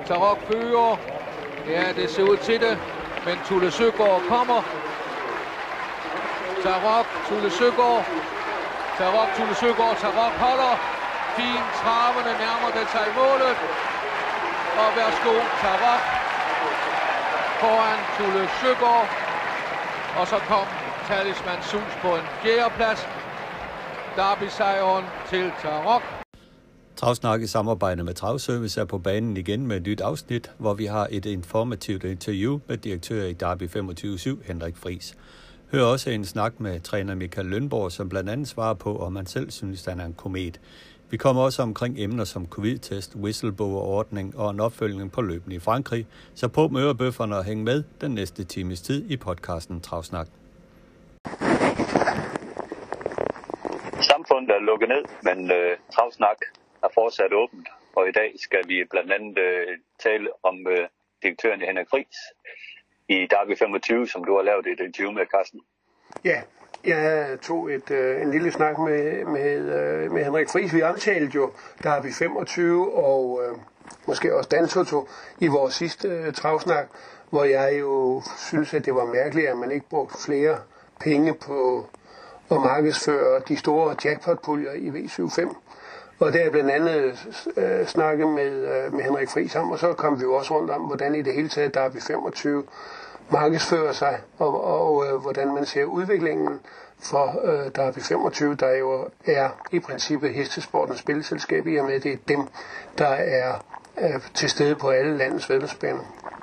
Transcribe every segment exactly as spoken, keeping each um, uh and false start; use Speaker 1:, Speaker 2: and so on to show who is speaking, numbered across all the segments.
Speaker 1: Tarok fører. Ja, det ser ud til det. Men Tulle Søgaard kommer. Tarok, Tulle Søgaard. Tarok, Tulle Søgaard. Tarok holder. Fint traverne nærmer det sig i målet. Og værsgo, Tarok foran Tulle Søgaard. Og så kom Talisman Sus på en fjerdeplads. Derby-sejren til Tarok.
Speaker 2: Travsnak i samarbejde med Travservice er på banen igen med et nyt afsnit, hvor vi har et informativt interview med direktør i Derby femogtyve syv, Henrik Friis. Hør også en snak med træner Michael Lønborg, som blandt andet svarer på, om man selv synes, han er en komet. Vi kommer også omkring emner som covid-test, whistleblower-ordning og en opfølgning på løbene i Frankrig, så på med ørebøfferne og hæng med den næste times tid i podcasten Travsnak.
Speaker 3: Samfundet er lukket ned, men øh, Travsnak er fortsat åbent, og i dag skal vi blandt andet øh, tale om øh, direktøren Henrik Friis i Derby femogtyve, som du har lavet et interview med, Carsten.
Speaker 4: Ja, jeg tog et, øh, en lille snak med, med, øh, med Henrik Friis. Vi omtalte jo Derby femogtyve og øh, måske også Dantoto i vores sidste øh, travsnak, hvor jeg jo synes, at det var mærkeligt, at man ikke brugte flere penge på at markedsføre de store jackpot-puljer i V syvoghalvfems. Og der er blandt andet øh, snakket med, øh, med Henrik Friis om, og så kom vi jo også rundt om, hvordan i det hele taget Derby femogtyve markedsfører sig, og, og øh, hvordan man ser udviklingen for øh, Derby femogtyve, der jo er i princippet hestesportens spilleselskab, i og med det er dem, der er øh, til stede på alle landets væddeløbsbaner.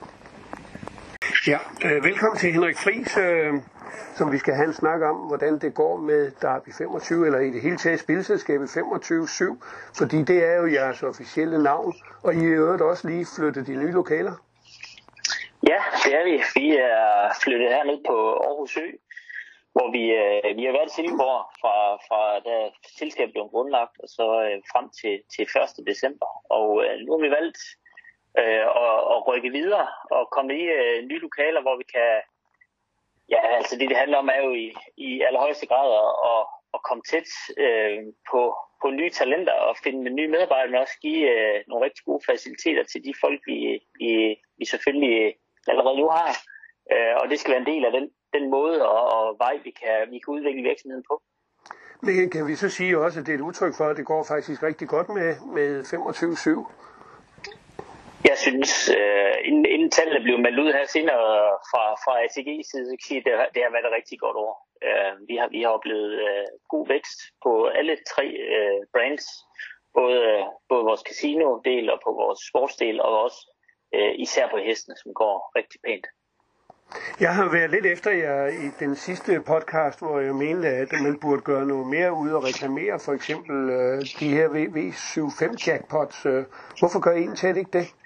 Speaker 4: Ja, øh, velkommen til Henrik Friis, øh, som vi skal have en snak om, hvordan det går med Derby femogtyve, eller i det hele taget spilleselskabet femogtyve syv, fordi det er jo jeres officielle navn, og I er jo også lige flyttet de nye lokaler.
Speaker 5: Ja, det er vi. Vi er flyttet herned på Aarhus Ø, hvor vi, øh, vi har været i Silkeborg fra, fra da selskabet blev grundlagt, og så øh, frem til, til første december. Og øh, nu har vi valgt øh, at, at rykke videre og komme i øh, nye lokaler, hvor vi kan... Ja, altså det, det handler om, er jo i, i allerhøjeste grad at, at komme tæt øh, på, på nye talenter og finde nye medarbejdere, men også give øh, nogle rigtig gode faciliteter til de folk, vi, vi, vi selvfølgelig allerede nu har. Øh, og det skal være en del af den, den måde og, og vej, vi kan, vi kan udvikle virksomheden på.
Speaker 4: Men kan vi så sige også, at det er et udtryk for, at det går faktisk rigtig godt med, med femogtyve syv?
Speaker 5: Jeg synes, øh, inden, inden tallene blev meldt ud her senere fra, fra A T G's side, så kan sige, at det, det har været et rigtig godt år. Øh, vi, har, vi har oplevet øh, god vækst på alle tre øh, brands, både, både vores casino-del og på vores sportsdel, og også øh, især på hestene, som går rigtig pænt.
Speaker 4: Jeg har været lidt efter jer i den sidste podcast, hvor jeg mente, at man burde gøre noget mere ud og reklamere for eksempel øh, de her V syvoghalvfems jackpots. Hvorfor gør I egentlig ikke det?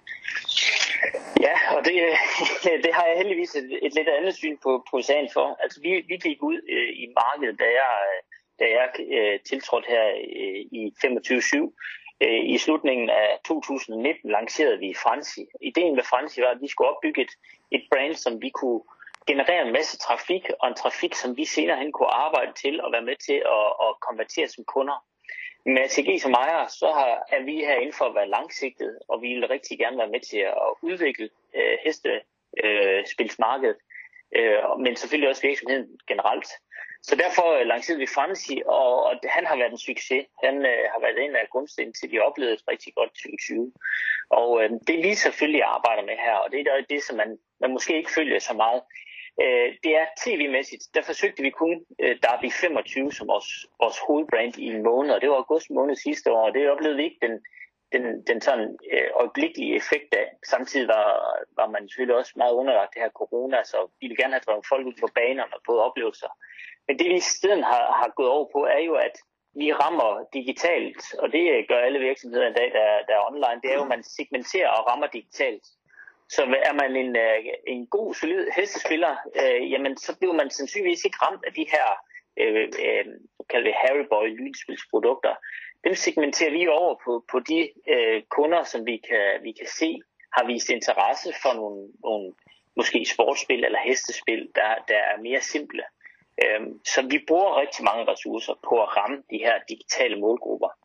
Speaker 5: Ja, og det, det har jeg heldigvis et, et lidt andet syn på, på sagen for. Altså vi, vi gik ud øh, i markedet, da jeg, da jeg øh, tiltrådte her øh, i femogtyve syv. Øh, I slutningen af to tusind nitten lancerede vi Fransi. Ideen med Fransi var, at vi skulle opbygge et, et brand, som vi kunne generere en masse trafik, og en trafik, som vi senere hen kunne arbejde til og være med til at, at konvertere som kunder. Med A T G som ejer, så har, er vi herinde for at være langsigtet, og vi vil rigtig gerne være med til at udvikle øh, hestespilsmarkedet, øh, men selvfølgelig også virksomheden generelt. Så derfor øh, lancerede vi Fransi, og, og han har været en succes. Han øh, har været en af grundstenen til, at vi oplevede et rigtig godt tyve tyve. Og øh, det vi selvfølgelig arbejder med her, og det er det, som man, man måske ikke følger så meget, det er tv-mæssigt. Der forsøgte vi kun Derby femogtyve som vores, vores hovedbrand i en måned, og det var august måned sidste år, og det oplevede vi ikke den, den, den sådan øh, øjeblikkelige effekt af. Samtidig var, var man selvfølgelig også meget underlagt det her corona, så vi ville gerne have drevet folk ud på banerne og fået oplevelser. Men det vi i stedet har, har gået over på, er jo, at vi rammer digitalt, og det gør alle virksomheder i dag, der, der er online, det er jo, at man segmenterer og rammer digitalt. Så er man en, en god, solid hestespiller, øh, jamen så bliver man sandsynligvis ikke ramt af de her øh, øh, kalder det Harry Boy lynspilsprodukter. Dem segmenterer vi over på, på de øh, kunder, som vi kan, vi kan se har vist interesse for nogle, nogle måske sportsspil eller hestespil, der, der er mere simple. Øh, så vi bruger rigtig mange ressourcer på at ramme de her digitale målgrupper.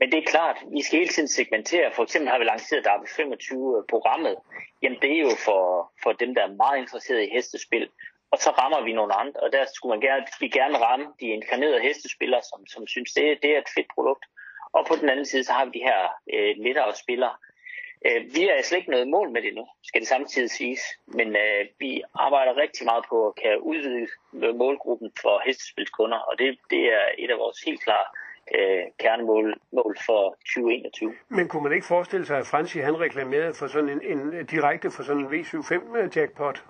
Speaker 5: Men det er klart, vi skal hele tiden segmentere. For eksempel har vi lanceret Derby femogtyve-programmet. Jamen det er jo for, for dem, der er meget interesserede i hestespil. Og så rammer vi nogle andre, og der skulle man gerne, vi gerne ramme de inkarnerede hestespillere, som, som synes, det, det er et fedt produkt. Og på den anden side, så har vi de her øh, lettere spillere. Øh, vi er slet ikke noget mål med det nu, skal det samtidig siges. Men øh, vi arbejder rigtig meget på at kan udvide målgruppen for hestespilskunder, og det, det er et af vores helt klare øh, kernemål mål for tyve enogtyve.
Speaker 4: Men kunne man ikke forestille sig, at Franci han reklamerede for sådan en, en direkte for sådan en V syvoghalvfems jackpot?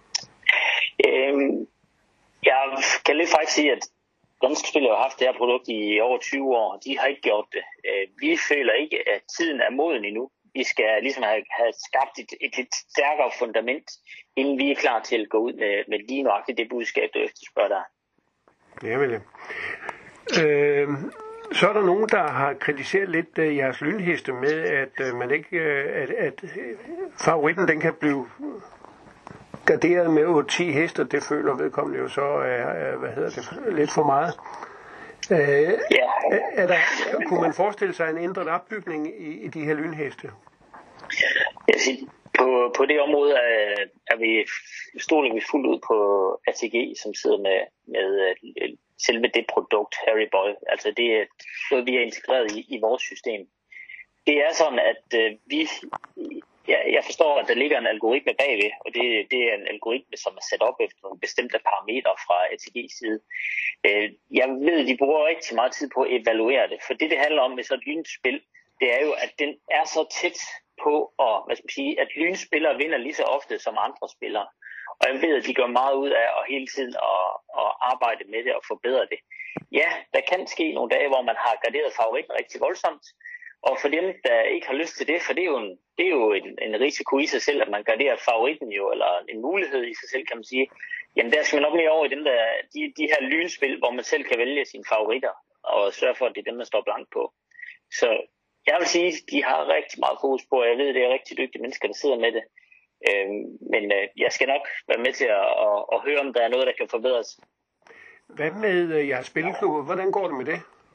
Speaker 5: Øhm, jeg kan lidt faktisk sige, at danske spillere har haft det her produkt i over tyve år, de har ikke gjort det. Øh, vi føler ikke, at tiden er moden endnu. Vi skal ligesom have, have skabt et, et lidt stærkere fundament, inden vi er klar til at gå ud med, med lige nøjagtigt det budskab, du efterspørger der.
Speaker 4: Ja, vel. Øh, så er der nogen, der har kritiseret lidt uh, jeres lynheste med, at uh, man ikke, uh, at, at favoritten den kan blive garderet med otte ti hester. Det føler vedkommende jo så er, hvad hedder det, lidt for meget. Øh,
Speaker 5: ja.
Speaker 4: er der, kunne man forestille sig en ændret opbygning i, i de her lynheste?
Speaker 5: Jeg siger, på, på det område er, er vi stoler vi fuldt ud på A T G, som sidder med, med selve det produkt, Harry Boy. Altså det er noget, vi er integreret i, i vores system. Det er sådan, at øh, vi... Ja, jeg forstår, at der ligger en algoritme bagved, og det, det er en algoritme, som er sat op efter nogle bestemte parametre fra A T G's side. Jeg ved, at de bruger rigtig meget tid på at evaluere det, for det, det handler om med sådan et lynspil, det er jo, at den er så tæt på, at, hvad skal man sige, at lynspillere vinder lige så ofte som andre spillere. Og jeg ved, at de gør meget ud af at hele tiden at, at arbejde med det og forbedre det. Ja, der kan ske nogle dage, hvor man har garderet favoritten rigtig voldsomt, og for dem, der ikke har lyst til det, for det er jo en, det er jo en, en risiko i sig selv, at man garderer favoritten jo, eller en mulighed i sig selv, kan man sige. Jamen der skal man op mere over i dem der, de, de her lynspil, hvor man selv kan vælge sine favoritter, og sørge for, at det er dem, man står blank på. Så jeg vil sige, at de har rigtig meget fokus på, og jeg ved, at det er rigtig dygtige mennesker, der sidder med det. Øhm, men øh, jeg skal nok være med til at, at, at høre, om der er noget, der kan forbedres.
Speaker 4: Hvad med øh, jeres spilleklubber? Hvordan går det med det?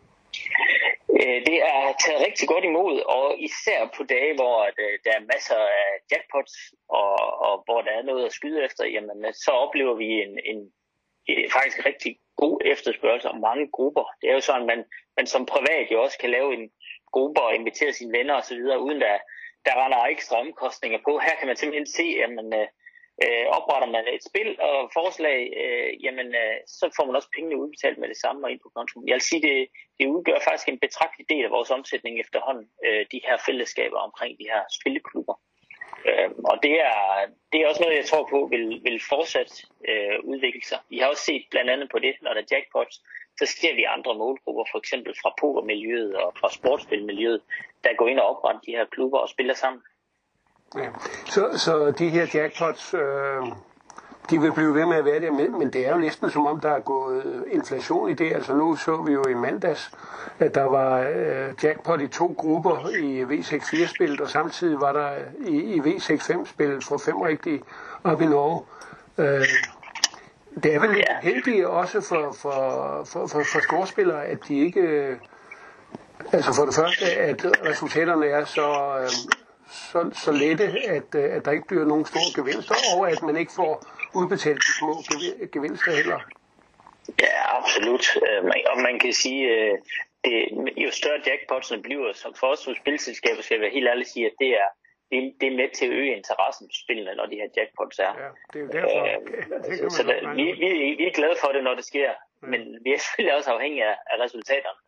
Speaker 5: Det er taget rigtig godt imod, og især på dage, hvor der er masser af jackpots, og, og hvor der er noget at skyde efter, jamen, så oplever vi en, en, en faktisk rigtig god efterspørgsel om mange grupper. Det er jo sådan, at man, man som privat jo også kan lave en gruppe og invitere sine venner osv., uden der, der render ekstra omkostninger på. Her kan man simpelthen se, at man øh, opretter man et spil og forslag, øh, jamen øh, så får man også pengene udbetalt med det samme og ind på kontoen. Jeg vil sige, det, det udgør faktisk en betragtelig del af vores omsætning efterhånden, øh, de her fællesskaber omkring de her spilleklubber. Øh, og det er, det er også noget, jeg tror på vil, vil fortsat øh, udvikle sig. Vi har også set blandt andet på det, når der er jackpots, så ser vi andre målgrupper, for eksempel fra pokermiljøet og fra sportsspilmiljøet, der går ind og opretter de her klubber og spiller sammen.
Speaker 4: Ja. Så, så de her jackpots, øh, de vil blive ved med at være der med, men det er jo næsten som om, der er gået inflation i det. Altså nu så vi jo i mandags, at der var øh, jackpot i to grupper i V seks fire-spillet, og samtidig var der i, i V seks fem-spillet for fem rigtige op i Norge. Øh, det er vel lidt yeah. heldigt også for, for, for, for, for storspillere, at de ikke... Øh, altså for det første, at resultaterne er så... Øh, Så, så lette, at, at der ikke bliver nogen store gevinster, og at man ikke får udbetalt de små gevinster heller.
Speaker 5: Ja, absolut. Og man kan sige, at jo større jackpotsene bliver, som for os som spilselskaber, skal jeg være helt ærlig sige, at det er, det er med til at øge interessen for spillene, når de her jackpots er.
Speaker 4: Ja, det er jo derfor. Okay. Det kan
Speaker 5: så der, vi, vi, vi er glade for det, når det sker, ja. Men vi er selvfølgelig også afhængige af, af resultaterne.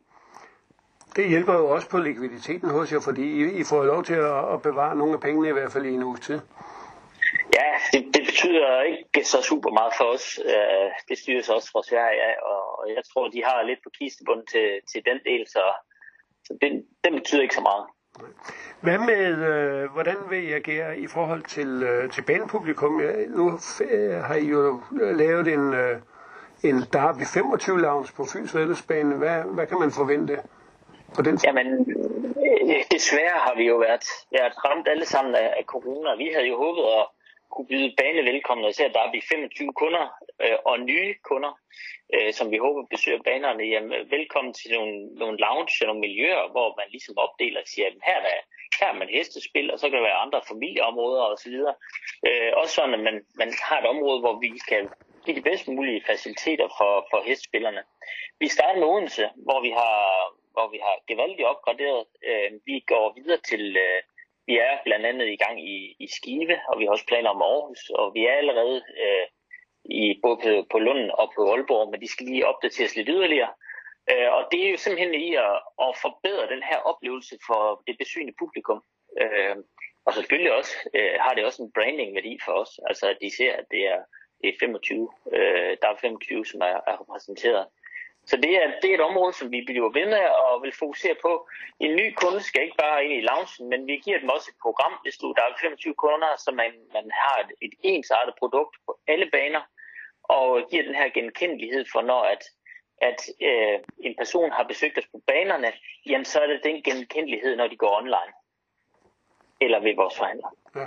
Speaker 4: Det hjælper jo også på likviditeten hos jer, fordi I, I får lov til at, at bevare nogle af pengene i hvert fald i en uges tid.
Speaker 5: Ja, det, det betyder ikke så super meget for os. Det styres også fra Sverige af, og jeg tror, de har lidt på kistebunden til, til den del, så, så det, det betyder ikke så meget.
Speaker 4: Hvad med, øh, hvordan vil I agere i forhold til, øh, til banepublikum? Nu øh, har I jo lavet en, øh, en Derby femogtyve lounge på Fyns Væddeløbsbane. Hvad, hvad kan man forvente?
Speaker 5: Jamen, desværre har vi jo været, været ramt alle sammen af, af corona. Vi havde jo håbet at kunne byde bane velkommen, og især der bliver femogtyve kunder øh, og nye kunder, øh, som vi håber besøger banerne. Jamen, velkommen til nogle, nogle lounge og nogle miljøer, hvor man ligesom opdeler og siger, at her, der, her er man hestespil, og så kan der være andre familieområder osv. Øh, også sådan, at man, man har et område, hvor vi kan give de bedst mulige faciliteter for, for hestespillerne. Vi starter med Odense, hvor vi har, hvor vi har gevaldigt opgraderet. Øh, vi går videre til... Øh, Vi er blandt andet i gang i, i Skive, og vi har også planer om Aarhus, og vi er allerede øh, i, både på, på Lunden og på Aalborg, men de skal lige opdateres lidt yderligere. Øh, og det er jo simpelthen i at, at forbedre den her oplevelse for det besøgende publikum. Øh, og selvfølgelig også øh, har det også en branding-værdi for os, altså at de ser, at det er, det er femogtyve, øh, der er femogtyve, som er, er repræsenteret. Så det er, det er et område, som vi bliver ved med og vil fokusere på. En ny kunde skal ikke bare ind i loungen, men vi giver dem også et program, hvis du der er femogtyve kunder, så man, man har et, et ensartet produkt på alle baner, og giver den her genkendelighed for, når at, at øh, en person har besøgt os på banerne, jamen så er det den genkendelighed, når de går online. Eller ved vores forhandler. Ja.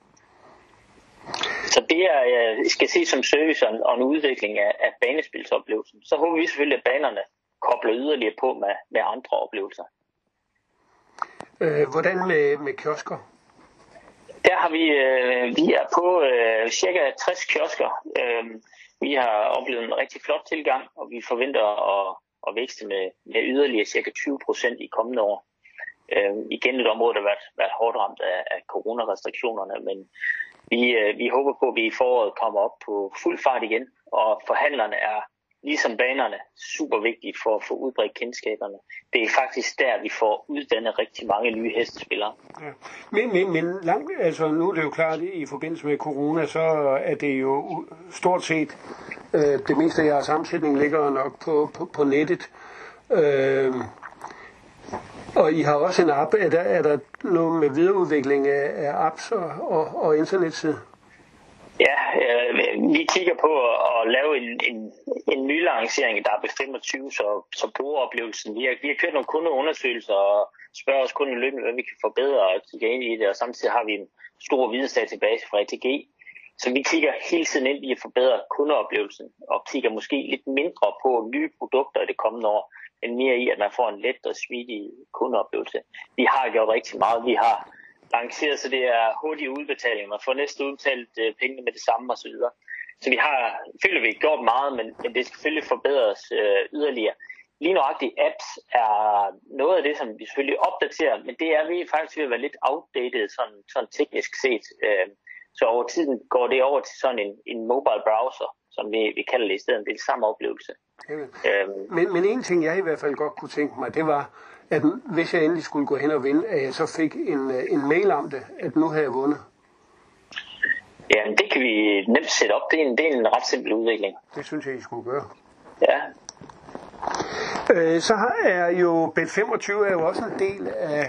Speaker 5: Så det er, jeg skal se som service og en udvikling af, af banespilsoplevelsen. Så håber vi selvfølgelig, at banerne kobler yderligere på med, med andre oplevelser.
Speaker 4: Øh, hvordan med, med kiosker?
Speaker 5: Der har vi, øh, vi er på øh, cirka tres kiosker. Øh, vi har oplevet en rigtig flot tilgang, og vi forventer at, at vækste med, med yderligere cirka tyve procent i kommende år. Øh, igen et område, der har været, været hårdt ramt af, af coronarestriktionerne, men Vi, vi håber på, at vi i foråret kommer op på fuld fart igen, og forhandlerne er, ligesom banerne, super vigtige for at få udbredt kendskaberne. Det er faktisk der, vi får uddannet rigtig mange nye hestespillere. Ja.
Speaker 4: Men, men, men langt, altså, nu er det jo klart, i forbindelse med corona, så er det jo stort set, øh, det meste af jeres sammensætning ligger nok på, på, på nettet. Øh, Og I har også en app. Er der, er der noget med videreudvikling af, af apps og, og, og internetside?
Speaker 5: Ja, øh, vi kigger på at, at lave en, en, en ny lancering i D A B femogtyve, så, så brugeroplevelsen. Vi har, vi har kørt nogle kundeundersøgelser og spørger os kunder løbende, hvad vi kan forbedre og kigge ind i det. Og samtidig har vi en stor vidensdatabase fra A T G. Så vi kigger hele tiden ind i at forbedre kundeoplevelsen og kigger måske lidt mindre på nye produkter i det kommende år, end mere i, at man får en let og smidig kundeoplevelse. Vi har gjort rigtig meget. Vi har lanceret, så det er hurtige udbetalinger. Man får næsten udbetalt øh, pengene med det samme osv. Så, så vi har, føler vi, gjort meget, men, men det skal selvfølgelig forbedres øh, yderligere. Lige nøjagtigt apps er noget af det, som vi selvfølgelig opdaterer, men det er vi faktisk ved at være lidt outdated, sådan, sådan teknisk set. Øh, så over tiden går det over til sådan en, en mobile browser, som vi, vi kalder det i stedet. Det er samme oplevelse.
Speaker 4: Øhm. Men, men en ting, jeg i hvert fald godt kunne tænke mig, det var, at hvis jeg endelig skulle gå hen og vinde, at jeg så fik en, en mail om det, at nu har jeg vundet.
Speaker 5: Ja, det kan vi nemt sætte op. Det er en, det er en ret simpel udvikling.
Speaker 4: Det synes jeg, I skulle gøre.
Speaker 5: Ja.
Speaker 4: Øh, så er jo Bet femogtyve er jo også en del af,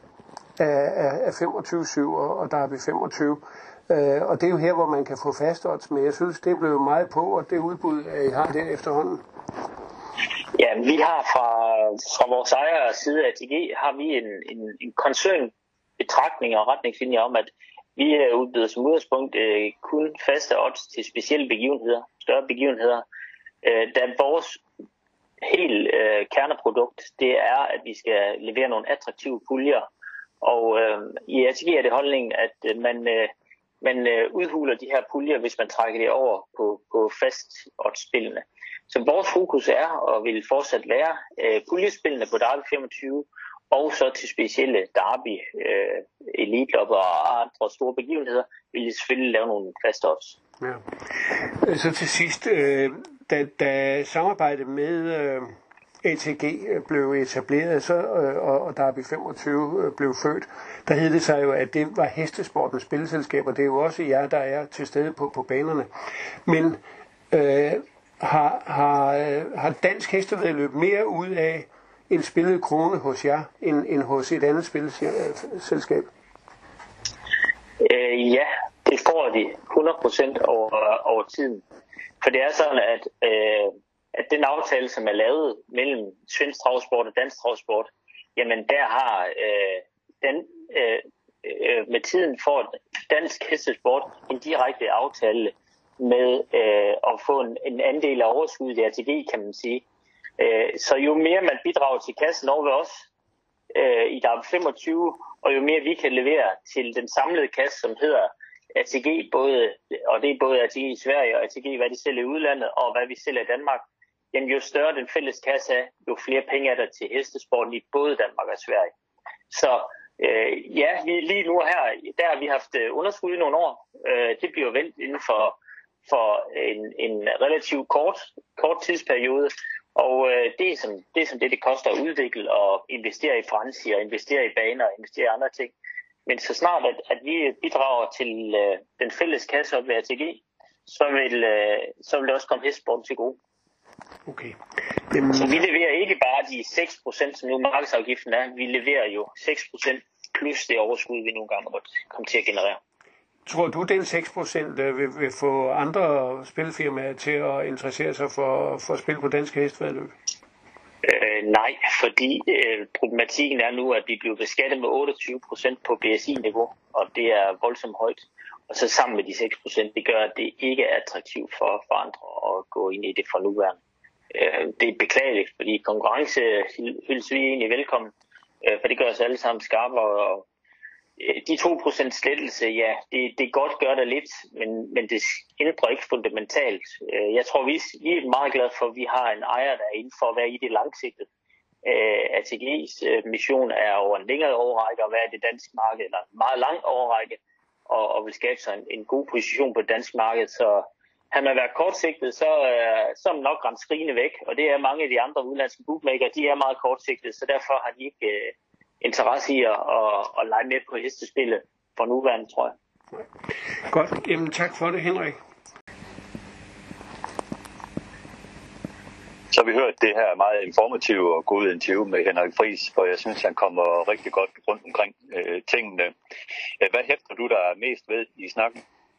Speaker 4: af, af femogtyve syv og der er B femogtyve. Øh, og det er jo her, hvor man kan få fast odds med. Jeg synes, det blev meget på, og det udbud, I har der efterhånden.
Speaker 5: Ja, vi har fra, fra vores ejers side af A T G, har vi en, en, en koncernbetragtning og retningslinjer om, at vi udbyder som udgangspunkt øh, kun faste odds til specielle begivenheder, større begivenheder. Øh, da vores helt øh, kerneprodukt, det er, at vi skal levere nogle attraktive puljer. Og øh, i A T G er det holdningen, at øh, man... Øh, Man øh, udhuler de her puljer, hvis man trækker det over på, på fast odds-spillene. Så vores fokus er og vil fortsat være øh, puljespillene på Derby femogtyve, og så til specielle Derby, øh, Elite-lopper og andre store begivenheder, vil jeg selvfølgelig lave nogle fast odds.
Speaker 4: Ja. Så til sidst, øh, da, da samarbejdet med øh, A T G blev etableret, så, øh, og Derby femogtyve blev født, der hed det sig jo, at det var hestesportens spilleselskaber. Det er jo også jer, der er til stede på, på banerne. Men øh, har, har, har dansk hestevæddeløb mere ud af en spillet krone hos jer, end, end hos et andet spilleselskab?
Speaker 5: Øh, ja, det får de hundrede procent over, over tiden. For det er sådan, at, øh, at den aftale, som er lavet mellem svensk travsport og dansk travsport, jamen der har øh, den, øh, øh, med tiden får dansk hestesport en direkte aftale med øh, at få en, en andel af overskuddet i A T G, kan man sige. Øh, så jo mere man bidrager til kassen over ved os øh, i Derby femogtyve, og jo mere vi kan levere til den samlede kasse, som hedder A T G, både, og det er både A T G i Sverige og A T G, hvad de sælger i udlandet, og hvad vi sælger i Danmark, jamen jo større den fælles kasse er, jo flere penge er der til hestesporten i både Danmark og Sverige. Så øh, ja, vi, lige nu her, der har vi haft underskud i nogle år. Øh, det bliver vendt inden for, for en, en relativt kort, kort tidsperiode, og øh, det, er som, det er som det, det koster at udvikle og investere i Franci og investere i baner og investere i andre ting. Men så snart, at, at vi bidrager til øh, den fælles kasse op ved A T G, så vil, øh, så vil det også komme hestesporten til gode.
Speaker 4: Okay. Jamen...
Speaker 5: Så vi leverer ikke bare de seks procent, som nu markedsafgiften er. Vi leverer jo seks procent plus det overskud, vi nogle gange måtte komme til at generere.
Speaker 4: Tror du, den seks procent vil, vil få andre spilfirmaer til at interessere sig for, for at spille på danske hestevæddeløb?
Speaker 5: Øh, nej, fordi øh, problematikken er nu, at vi bliver beskattet med otteogtyve procent på B S I-niveau, og det er voldsomt højt. Og så sammen med de seks procent, det gør, at det ikke er attraktivt for, for andre at gå ind i det for nuværende. Øh, det er beklageligt, fordi konkurrence hilser vi egentlig velkommen, øh, for det gør os alle sammen skarpe. Og øh, de to procent slettelse, ja, det, det godt gør det lidt, men, men det ændrer ikke fundamentalt. Øh, jeg tror, vi, vi er meget glade for, at vi har en ejer, der er inden for at være i det langsigtede. Øh, A T G's øh, mission er over en længere årrække at være i det danske marked, eller en meget lang årrække, og, og vil skabe sig en, en god position på det danske marked. Så har man været kortsigtet, så, øh, så er man nok rent skrigende væk, og det er mange af de andre udenlandske bookmaker, de er meget kortsigtede, så derfor har de ikke øh, interesse i at, at, at lege med på hestespillet for nuværende, tror jeg.
Speaker 4: Godt, jamen tak for det, Henrik.
Speaker 3: Så har vi hørt det her meget informative og gode interview med Henrik Friis, hvor jeg synes, han kommer rigtig godt rundt omkring øh, tingene. Hvad hæfter du der mest ved i snakken?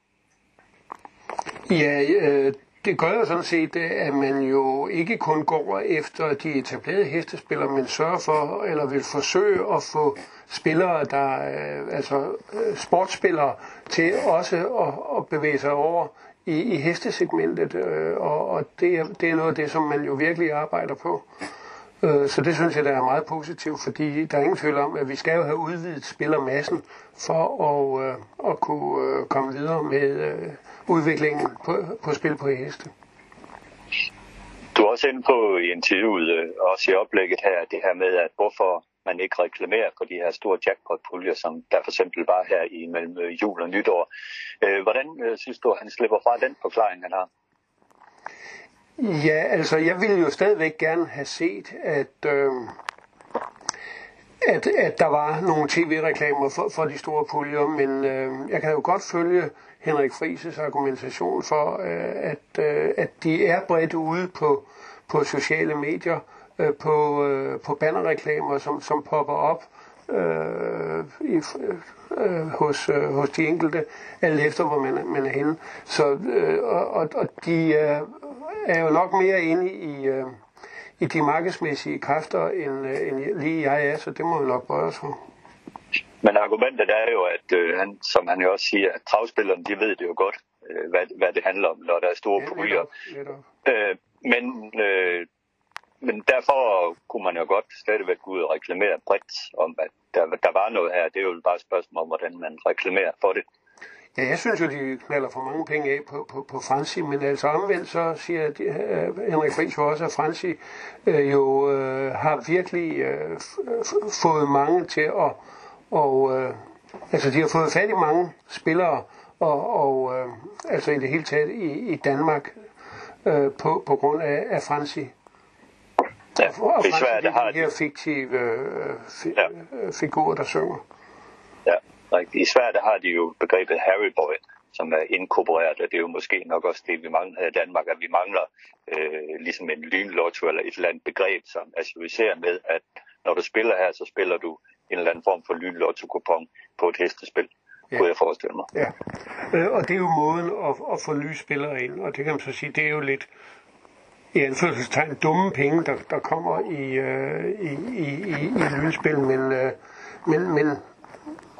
Speaker 4: Ja, øh, det gør jo sådan set, at man jo ikke kun går efter de etablerede hestespillere, men sørger for, eller vil forsøge at få spillere, der øh, altså øh, sportsspillere, til også at, at bevæge sig over i, i hestesegmentet, øh, og, og det, er, det er noget af det, som man jo virkelig arbejder på. Øh, så det synes jeg, der er meget positivt, fordi der er ingen tvivl om, at vi skal jo have udvidet spillermassen for at, øh, at kunne øh, komme videre med øh, udviklingen på, på spil på heste.
Speaker 3: Du er også inde på i interviewet, øh, også i oplægget her, det her med, at hvorfor man ikke reklamerer for de her store jackpot-puljer, som der for eksempel var her i mellem jul og nytår. Øh, hvordan øh, synes du, han slipper fra den forklaring, han har?
Speaker 4: Ja, altså jeg ville jo stadigvæk gerne have set, at, øh, at, at der var nogle tv-reklamer for, for de store puljer, men øh, jeg kan jo godt følge Henrik Friis' argumentation for, øh, at, øh, at de er bredt ude på, på sociale medier, øh, på, øh, på bannerreklamer, som, som popper op øh, i, øh, hos, øh, hos de enkelte, alt efter hvor man, man er henne. Så, øh, og, og de øh, er jo nok mere inde i, øh, i de markedsmæssige kræfter, end, øh, end lige jeg er, så det må jo nok bøje os for.
Speaker 3: Men argumentet er jo, at øh, han, som han jo også siger, at travspillerne, de ved det jo godt, øh, hvad, hvad det handler om, når der er store ja, puljer. Øh, men, øh, men derfor kunne man jo godt stadigvæk gå ud og reklamere bredt om, at der, der var noget her. Det er jo bare et spørgsmål om, hvordan man reklamerer for det.
Speaker 4: Ja, jeg synes jo, de knalder for mange penge af på, på, på Franci, men altså omvendt så siger de, uh, Henrik Friis jo også, at Franci uh, jo uh, har virkelig uh, f- fået mange til at, og, uh, altså de har fået fat i mange spillere, og, og uh, altså i det hele taget i, i Danmark uh, på, på grund af, af Franci.
Speaker 3: Ja,
Speaker 4: og
Speaker 3: i Sverige,
Speaker 4: har de her fiktive uh, fi- ja. figurer, der synger.
Speaker 3: Ja. I Sverige har de jo begrebet Harry Boy, som er inkorporeret, og det er jo måske nok også det, vi mangler her i Danmark, at vi mangler øh, ligesom en lynlotto eller et eller andet begreb, som associerer med, at når du spiller her, så spiller du en eller anden form for lynlotto-kupon på et hestespil, ja. Kunne jeg forestille mig.
Speaker 4: Ja, øh, og det er jo måden at, at få nye spillere ind, og det kan man så sige, det er jo lidt i anførselstegn dumme penge, der, der kommer i, øh, i, i, i, i lynspil, men, øh, men, men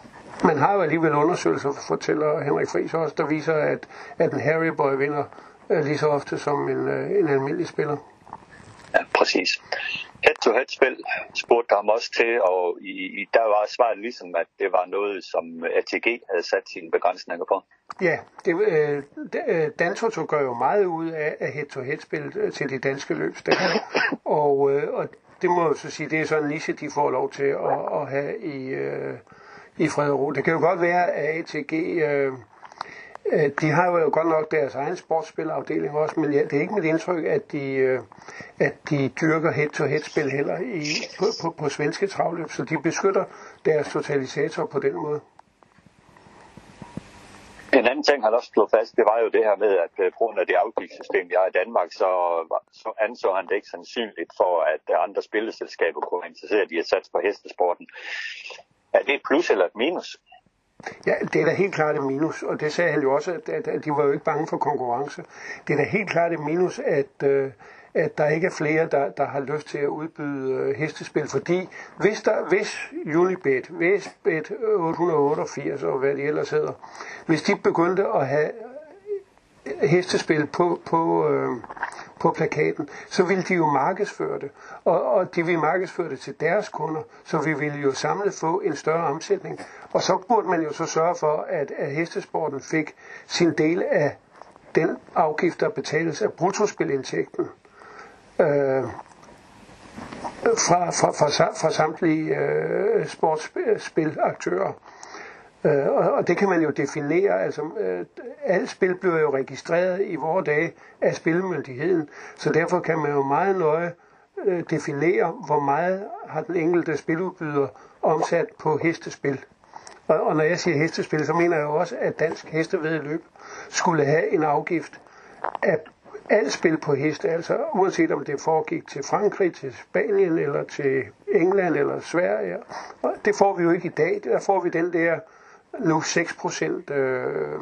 Speaker 4: man har jo alligevel undersøgelser, fortæller Henrik Friis også, der viser, at, at en Harry Boy vinder øh, lige så ofte som en, øh, en almindelig spiller.
Speaker 3: Ja, præcis. Head-to-head-spil spurgte ham også til, og i, i, der var svaret ligesom, at det var noget, som A T G havde sat sine begrænsninger på.
Speaker 4: Ja, det, øh, Dantoto gør jo meget ud af, af head-to-head-spil til de danske løbsdage, og, øh, og det må jeg så sige, det er sådan en niche, de får lov til at, at have i, øh, i fred og ro. Det kan jo godt være, at A T G... Øh, De har jo godt nok deres egen sportsspilafdeling også, men ja, det er ikke mit indtryk, at de, at de dyrker head-to-head-spil heller i, på, på, på svenske travløb, så de beskytter deres totalisator på den måde.
Speaker 3: En anden ting, han også slog fast, det var jo det her med, at på grund af det afgiftssystem, vi har i Danmark, så, så anså han det ikke sandsynligt for, at andre spilleselskaber kunne være interesseret i at satse på hestesporten. Er det et plus eller et minus?
Speaker 4: Ja, det er da helt klart et minus, og det sagde han jo også, at, at, at de var jo ikke bange for konkurrence. Det er da helt klart et minus, at, øh, at der ikke er flere, der, der har lyst til at udbyde øh, hestespil, fordi hvis, der, hvis Unibet, hvis Bet otte hundrede otteogfirs og hvad de ellers hedder, hvis de begyndte at have hestespil på, på, øh, på plakaten, så ville de jo markedsføre det, og, og de ville markedsføre det til deres kunder, så vi ville jo samlet få en større omsætning. Og så burde man jo så sørge for, at, at hestesporten fik sin del af den afgift, der betales af bruttospilindtægten øh, fra, fra, fra, fra samtlige øh, sportsspilaktører. Øh, og, og det kan man jo definere, altså øh, alt spil bliver jo registreret i vore dage af spillemyndigheden, så derfor kan man jo meget nøje øh, definere, hvor meget har den enkelte spiludbyder omsat på hestespil. Og, og når jeg siger hestespil, så mener jeg jo også, at Dansk Hestevæddeløb skulle have en afgift af alt spil på heste, altså uanset om det foregik til Frankrig, til Spanien, eller til England, eller Sverige. Og det får vi jo ikke i dag. Der får vi den der nu seks procent, øh,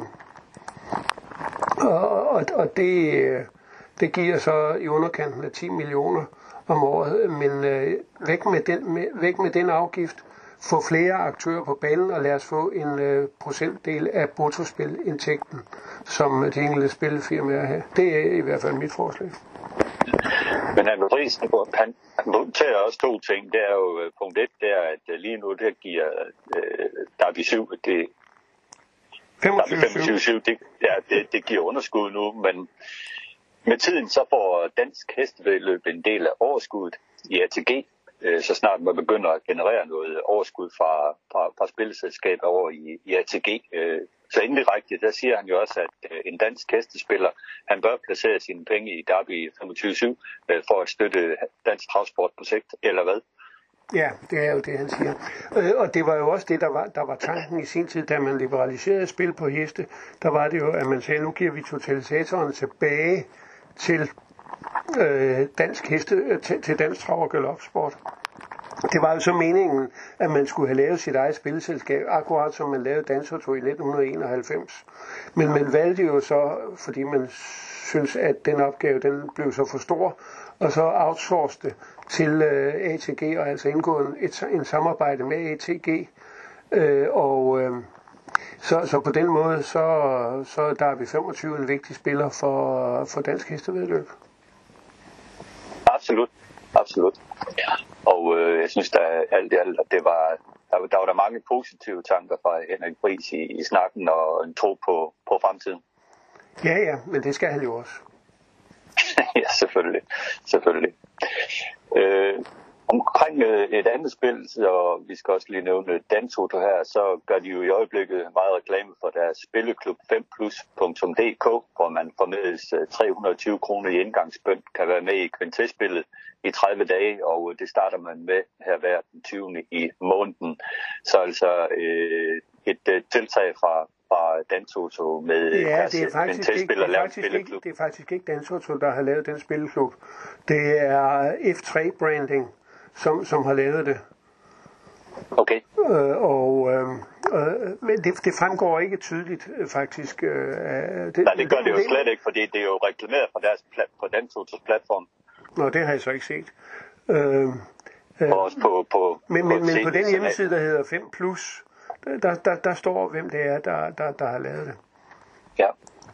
Speaker 4: og, og, og det, det giver så i underkanten af ti millioner om året, men øh, væk, med den, med, væk med den afgift, få flere aktører på banen, og lad os få en øh, procentdel af bruttospilindtægten, som de enkelte spillefirmaer har. Det er i hvert fald mit forslag.
Speaker 3: Men han han, han noterer også to ting. Det er jo punkt et, det er, at lige nu det giver øh, Derby syv, det femogtyve syv, det, ja, det, det giver underskud nu, men med tiden så får Dansk Hestevæddeløb en del af overskuddet i A T G, øh, så snart man begynder at generere noget overskud fra, fra, fra spilleselskaber over i, i A T G. Øh, Så indirekte, der siger han jo også, at øh, en dansk hestespiller, han bør placere sine penge i Derby femogtyve syv øh, for at støtte dansk travsport på sigt, eller hvad?
Speaker 4: Ja, det er jo det, han siger. Øh, og det var jo også det, der var, der var tanken i sin tid, da man liberaliserede spil på heste. Der var det jo, at man sagde, nu giver vi totalisatorerne tilbage til øh, dansk heste, til, til dansk trav- og galopsport. Det var jo så meningen, at man skulle have lavet sit eget spilleselskab, akkurat som man lavede Dantoto i nitten enoghalvfems. Men man valgte jo så, fordi man synes, at den opgave den blev så for stor, og så outsourcede det til uh, A T G, og altså indgået et, en samarbejde med A T G. Uh, og uh, så, så på den måde, så, så er Derby femogtyve en vigtig spiller for, for dansk hestevæddeløb.
Speaker 3: Absolut, absolut. Og øh, jeg synes, at alt i alt, at det var, der, der var der mange positive tanker fra Henrik Friis i, i snakken og en tro på, på fremtiden.
Speaker 4: Ja, ja, men det skal han jo også.
Speaker 3: Ja, selvfølgelig. selvfølgelig. Øh, omkring øh, et andet spil, så vi skal også lige nævne Dantoto her, så gør de jo i øjeblikket meget reklame for deres spilleklub fem plus punktum d k, hvor man formidles øh, tre hundrede og tyve kroner i indgangsbøn, kan være med i kvintespillet i tredive dage, og det starter man med her hver den tyvende i måneden. Så altså øh, et øh, tiltag fra fra Dantoto med
Speaker 4: ja, det er faktisk ikke, det er faktisk ikke, det er faktisk ikke Dantoto, der har lavet den spilleklub. Det er F tre Branding, som, som har lavet det.
Speaker 3: Okay.
Speaker 4: Øh, og, øh, øh, men det, det fremgår ikke tydeligt, øh, faktisk. Øh, det,
Speaker 3: Nej, det gør det jo slet ikke, fordi det er jo reklameret på, deres plat, på Dantotos platform.
Speaker 4: Nå, det har jeg så ikke set. Øh, øh,
Speaker 3: og også på, på,
Speaker 4: men
Speaker 3: på
Speaker 4: men, men på den hjemmeside, der hedder fem plus, der, der, der står, hvem det er, der, der, der har lavet det.
Speaker 3: Ja.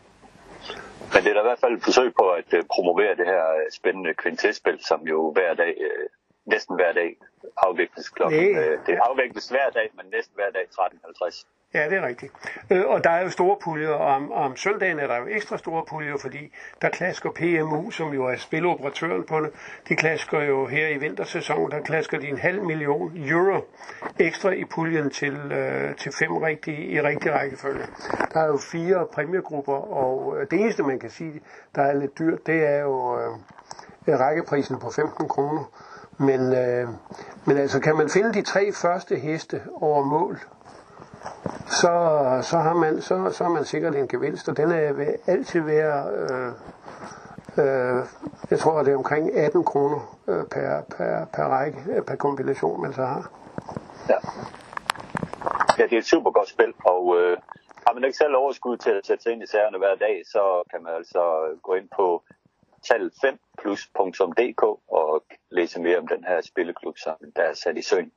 Speaker 3: Men det er da i hvert fald et forsøg på at uh, promovere det her uh, spændende kvintespil, som jo hver dag, uh, næsten hver dag, afvikles klokken. Uh, det afvikles hver dag, men næsten hver dag tretten halvtreds.
Speaker 4: Ja, det er rigtigt. Øh, og der er jo store puljer, og om, om søndagen er der jo ekstra store puljer, fordi der klasker P M U, som jo er spiloperatøren på det, de klasker jo her i vintersæsonen, der klasker de en halv million euro ekstra i puljen til, øh, til fem rigtige, i rigtig rækkefølge. Der er jo fire præmiegrupper, og øh, det eneste, man kan sige, der er lidt dyrt, det er jo øh, rækkeprisen på femten kroner. Men, øh, men altså, kan man finde de tre første heste over mål, Så, så, har man, så, så har man sikkert en gevinst, og den er vil altid være, øh, øh, jeg tror, det er omkring atten kroner øh, per, per, per række, per kombination, man så har.
Speaker 3: Ja, ja det er et super godt spil, og øh, har man ikke selv overskud til at sætte sig ind i sagerne hver dag, så kan man altså gå ind på tal fem plus punktum d k og læse mere om den her spilleklub, som der er sat i søen.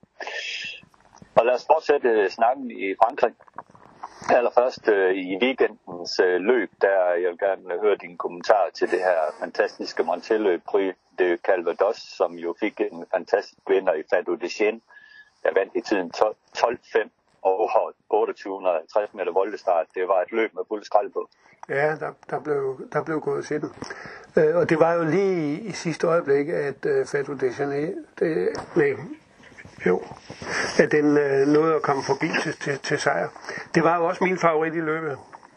Speaker 3: Og lad os fortsætte snakken i Frankrig. Allerførst øh, i weekendens øh, løb, der jeg vil gerne høre dine kommentarer til det her fantastiske Monteløb Prix de Calvados, som jo fik en fantastisk vinder i Fado de Chêne, der vandt i tiden tolv fem over otteogtyve halvtreds meter voldestart. Det var et løb med fuld skrald på.
Speaker 4: Ja, der, der, blev, der blev gået til den. Øh, og det var jo lige i, i sidste øjeblik, at øh, Fado de Chêne, det, nej, Jo, at den øh, nåede at komme forbi til, til, til sejr. Det var jo også min favorit i løbet.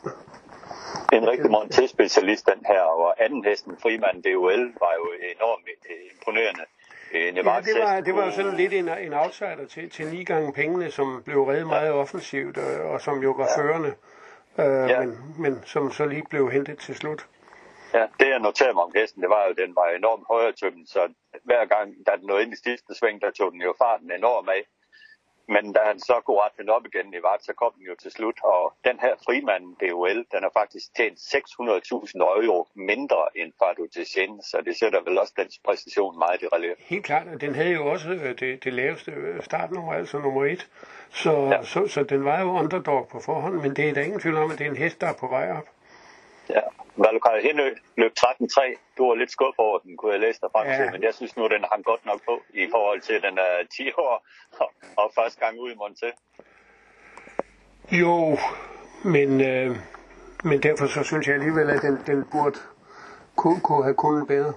Speaker 3: En rigtig Monté-specialist den her, og anden hesten, Frimand D O L, var jo enormt imponerende.
Speaker 4: Ja, det var, det var jo sådan lidt en, en outsider til, til ni gange pengene, som blev reddet meget offensivt, og, og som jo var ja. førende, øh, ja. men, men som så lige blev hentet til slut.
Speaker 3: Ja, det jeg noterede mig om hesten, det var jo, at den var enormt højretømmen, så hver gang, da den nåede ind i sidste sving, der tog den jo farten enormt af. Men da han så kunne rette den op igen i vart, så kom den jo til slut, og den her Frimand D O L, den har faktisk tjent seks hundrede tusind euro mindre end Fado de Chêne, så det sætter vel også dens præstation meget i relief.
Speaker 4: Helt klart, og den havde jo også det, det laveste startnummer, altså nummer et, så, ja. så, så den var jo underdog på forhånd, men det er der ingen tvivl om, at det er en hest, der er på vej op.
Speaker 3: Ja, Valukaj Hindø løb tretten tre. Du var lidt skuffet over den, kunne jeg læse dig frem til, ja. Men jeg synes nu, den hang godt nok på i forhold til, at den er ti år og, og første gang ud i Monté.
Speaker 4: Jo, men, øh, men derfor så synes jeg alligevel, at den, den burde kunne, kunne have kunnet bedre.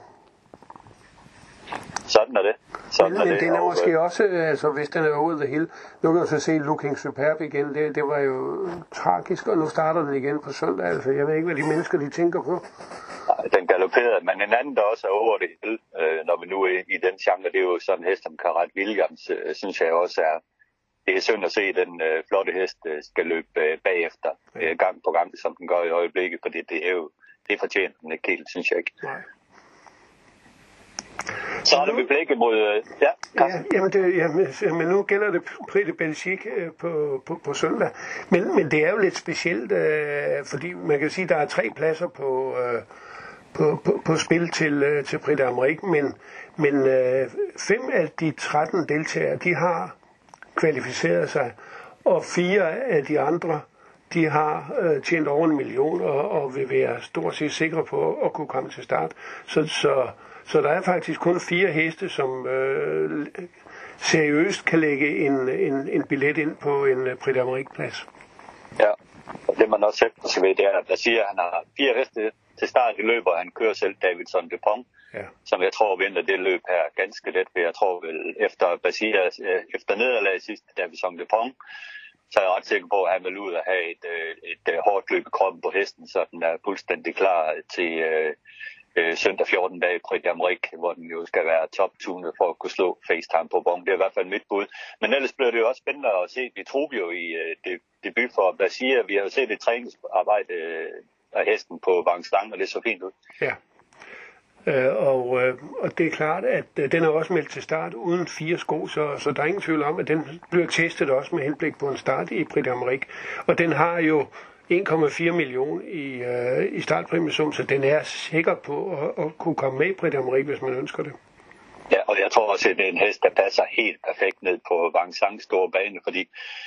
Speaker 3: Sådan er det. Sådan
Speaker 4: men,
Speaker 3: er
Speaker 4: men
Speaker 3: det.
Speaker 4: den er måske også, altså hvis den er over the hill, nu kan du så se Looking Superb igen, det, det var jo tragisk, og nu starter den igen på søndag, altså jeg ved ikke, hvad de mennesker de tænker på.
Speaker 3: Nej, den galopperede, men en anden, der også er over det hill, øh, når vi nu er i den genre, det er jo sådan en hest som Karat Williams, øh, synes jeg også er, det er synd at se, at den øh, flotte hest øh, skal løbe øh, bagefter, øh, gang på gang, som den gør i øjeblikket, fordi det er jo, det fortjener den ikke helt, synes jeg ikke. Nej. Så er der vi blikket mod... Ja,
Speaker 4: ja jamen, det, jamen, nu gælder det Prix de Belgique på, på, på søndag. Men, men det er jo lidt specielt, øh, fordi man kan sige, at der er tre pladser på, øh, på, på, på spil til, øh, til Prix d'Amérique, men, men øh, fem af de tretten deltagere, de har kvalificeret sig, og fire af de andre, de har øh, tjent over en million og, og vil være stort set sikre på at kunne komme til start. Så... så Så der er faktisk kun fire heste, som øh, seriøst kan lægge en, en, en billet ind på en uh, Prix d'Amérique-plads.
Speaker 3: Ja, og det man også selv skal ved, det er, at der siger, at han har fire heste til start i løbet, og han kører selv Davidson Dupont, ja. Som jeg tror vinder det løb her ganske let, for jeg tror vel efter Basia, efter nederlag sidst Davidson Dupont, så er jeg ret sikker på, at han vil ud og have et, et, et hårdt løb i kroppen på hesten, så den er fuldstændig klar til... Øh, søndag fjorten dage i Prix d'Amérique, hvor den jo skal være top-tunet for at kunne slå FaceTime på Bon. Det er i hvert fald mit bud. Men ellers bliver det jo også spændende at se. Vi tror jo i uh, det, debut for Basia. Vi har jo set et træningsarbejde uh, af hesten på Vangstang, og det så fint ud.
Speaker 4: Ja, øh, og, øh, og det er klart, at øh, den er også meldt til start uden fire sko, så, så der er ingen tvivl om, at den bliver testet også med henblik på en start i Prix d'Amérique. Og den har jo en komma fire millioner i, øh, i startpræmiesum, så den er sikker på at, at kunne komme med i Prix d'Amérique, hvis man ønsker det.
Speaker 3: Ja, og jeg tror også, at det er en hest, der passer helt perfekt ned på Vincennes store bane, fordi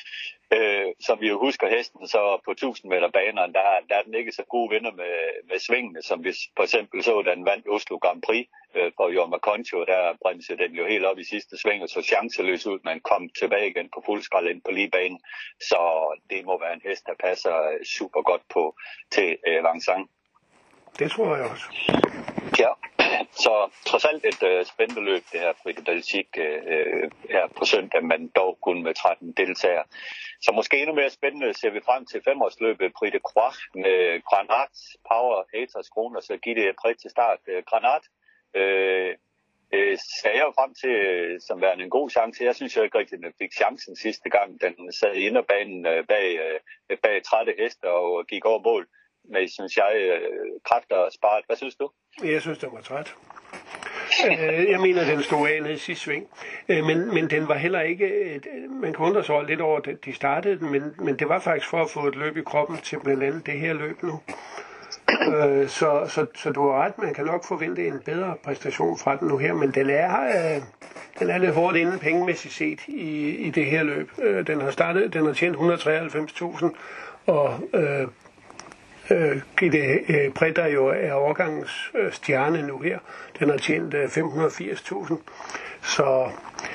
Speaker 3: Øh, som vi jo husker hesten, så på tusind meter banerne, der, der er den ikke så gode venner med, med svingene, som vi for eksempel så, da den vandt Oslo Grand Prix øh, for Jorma Concho, der bremsede den jo helt op i sidste sving, og så chanceløs ud, men kom tilbage igen på fuld skrald ind på lige banen. Så det må være en hest, der passer super godt på til øh, Vincennes.
Speaker 4: Det tror jeg også.
Speaker 3: Ja, så trods alt et øh, spændende løb, det her Prix de Belgique øh, her på søndag, men dog kun med tretten deltagere. Så måske endnu mere spændende ser vi frem til femårsløbet Prix de Croix med Granat, Power, Haters, Kroner, så giver det præg til start. Granat øh, øh, ser jeg jo frem til øh, som værende en god chance. Jeg synes jo ikke rigtig, at den fik chancen sidste gang. Den sad i inderbanen øh, bag, øh, bag trætte heste og gik over mål med, synes jeg, øh, kræfter sparet. Hvad synes du?
Speaker 4: Jeg synes, den var træt. Jeg mener, den stod af nede i sidste sving. Men, men den var heller ikke... Man kan undre sig lidt over, at de startede den, men, men det var faktisk for at få et løb i kroppen til blandt andet det her løb nu. Så, så, så du har ret, man kan nok forvente en bedre præstation fra den nu her, men den er, den er lidt hårdt inden pengemæssigt set i, i det her løb. Den har startet, den har tjent et hundrede og treoghalvfems tusind, og øh, Gitte Præ, der jo er årgangens stjerne nu her, den har tjent fem hundrede og firs tusind. Så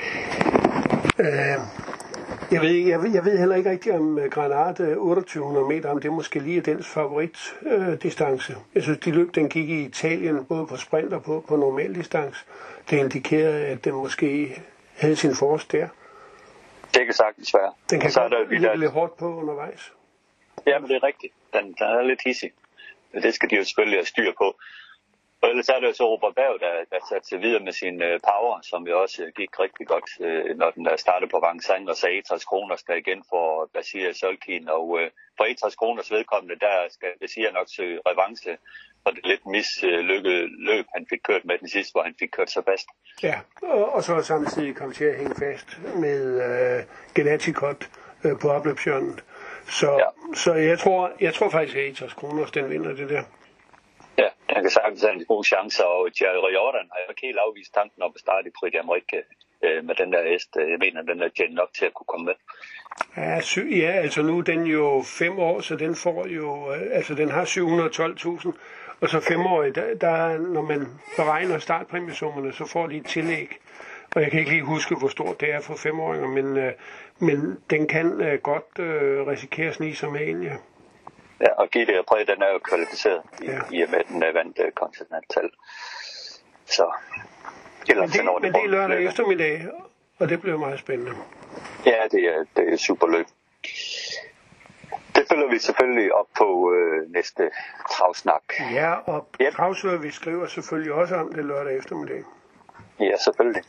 Speaker 4: øh, jeg, ved, jeg, ved, jeg ved heller ikke rigtigt om Granat otteogtyve hundrede meter, om det måske lige er dens favoritdistance. Øh, jeg synes, de løb, den gik i Italien, både på sprint og på, på normal distance. Det indikerede, at den måske havde sin force der.
Speaker 3: Det kan sagtens være.
Speaker 4: Den kan godt ligge lidt hårdt på undervejs.
Speaker 3: Ja, men det er rigtigt. Den, den er lidt hissig. Det skal de jo selvfølgelig have styr på. Og ellers er det jo så Robert Berg, der, der satte sig videre med sin uh, power, som jo også uh, gik rigtig godt, uh, når den der startede på Vincennes, og så Etras Kroners der igen for Basia Solkin. Og uh, for Etras Kroners vedkommende, der skal Basia nok søge revanche for det lidt mislykkede løb, han fik kørt med den sidste, hvor han fik kørt sig fast.
Speaker 4: Ja, og, og så samtidig kom til at hænge fast med uh, Genetikot uh, på opløbshjørnet. Så, ja. så jeg tror, jeg tror faktisk, at Etras Kroners, den vinder det der.
Speaker 3: Ja, han kan sagtens have en god chance, og Jerry Jordan har jo ikke helt afvist tanken om at starte i Prix d'Amérique øh, med den der hest. Jeg mener, den er tjent nok til at kunne komme med.
Speaker 4: Ja, sy- ja, altså nu er den jo fem år, så den får jo, altså den har syv hundrede og tolv tusind, og så femårig, der, der, når man beregner startpræmiesummerne, så får de et tillæg. Og jeg kan ikke lige huske, hvor stort det er for femåringer, men, øh, men den kan øh, godt øh, risikere at snige sig med en, ja.
Speaker 3: Ja, og Gitte Præ, den er jo kvalificeret i,
Speaker 4: ja.
Speaker 3: i og med den uh, vandt uh, kontinental. Så
Speaker 4: men det, men det er lørdag eftermiddag, og det bliver meget spændende.
Speaker 3: Ja, det er, det er super løb. Det følger vi selvfølgelig op på øh, næste travsnak.
Speaker 4: Ja, og yep. Travsøger, vi skriver selvfølgelig også om det lørdag eftermiddag.
Speaker 3: Ja, selvfølgelig.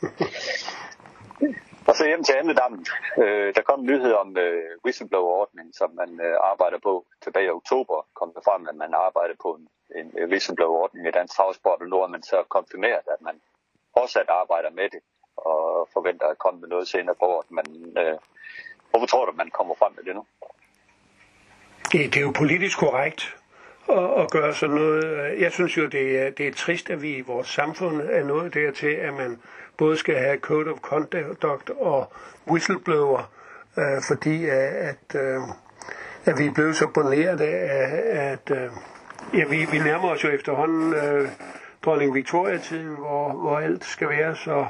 Speaker 3: Og så hjem til Andedammen. Øh, der kom en nyhed om øh, whistleblower-ordningen, som man øh, arbejder på tilbage i oktober. Kom der frem, at man arbejder på en, en whistleblower-ordning i dansk travsport, og nu har man så konfirmeret, at man fortsat arbejder med det, og forventer at komme med noget senere på året. Men øh, hvorfor tror du, man kommer frem med det nu?
Speaker 4: Det, det er jo politisk korrekt at, at gøre sådan noget. Jeg synes jo, det er, det er trist, at vi i vores samfund er nået dertil, at man både skal have Code of Conduct og whistleblower, øh, fordi at, øh, at vi er blevet så boneret af, at øh, ja, vi, vi nærmer os jo efterhånden øh, dronning Victoria-tiden, hvor, hvor alt skal være så,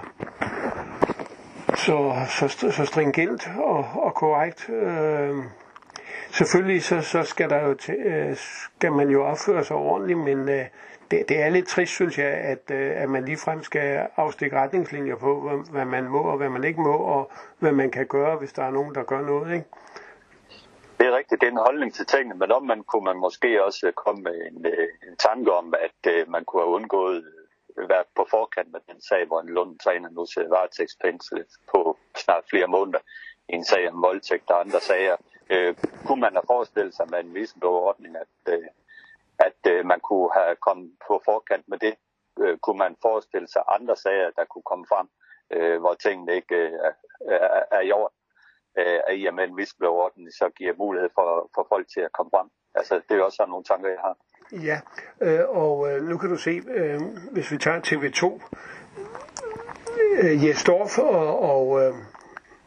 Speaker 4: så, så, så stringent og, og korrekt. Øh, selvfølgelig så, så skal, der jo t- skal man jo opføre sig ordentligt, men øh, det, det er lidt trist, synes jeg, at, øh, at man ligefrem skal afstikke retningslinjer på, hvad, hvad man må og hvad man ikke må, og hvad man kan gøre, hvis der er nogen, der gør noget, ikke?
Speaker 3: Det er rigtigt, det er en holdning til tingene, men om man kunne man måske også komme med en, en tanke om, at øh, man kunne have undgået at være på forkant med den sag, hvor en Lund-træner nu sidder varetægtsfængslet på snart flere måneder i en sag om voldtægt og andre sager. Øh, kunne man have forestillet sig med en whistleblower-ordning, at, øh, at øh, man kunne have kommet på forkant med det? Øh, kunne man forestille sig andre sager, der kunne komme frem, øh, hvor tingene ikke øh, er, er i orden? Øh, at i og med en whistleblower-ordning, så giver mulighed for, for folk til at komme frem. Altså, det er jo også sådan nogle tanker, jeg har.
Speaker 4: Ja, øh, og øh, nu kan du se, øh, hvis vi tager T V to, øh, Jes Dorf og, og øh,
Speaker 3: Ja,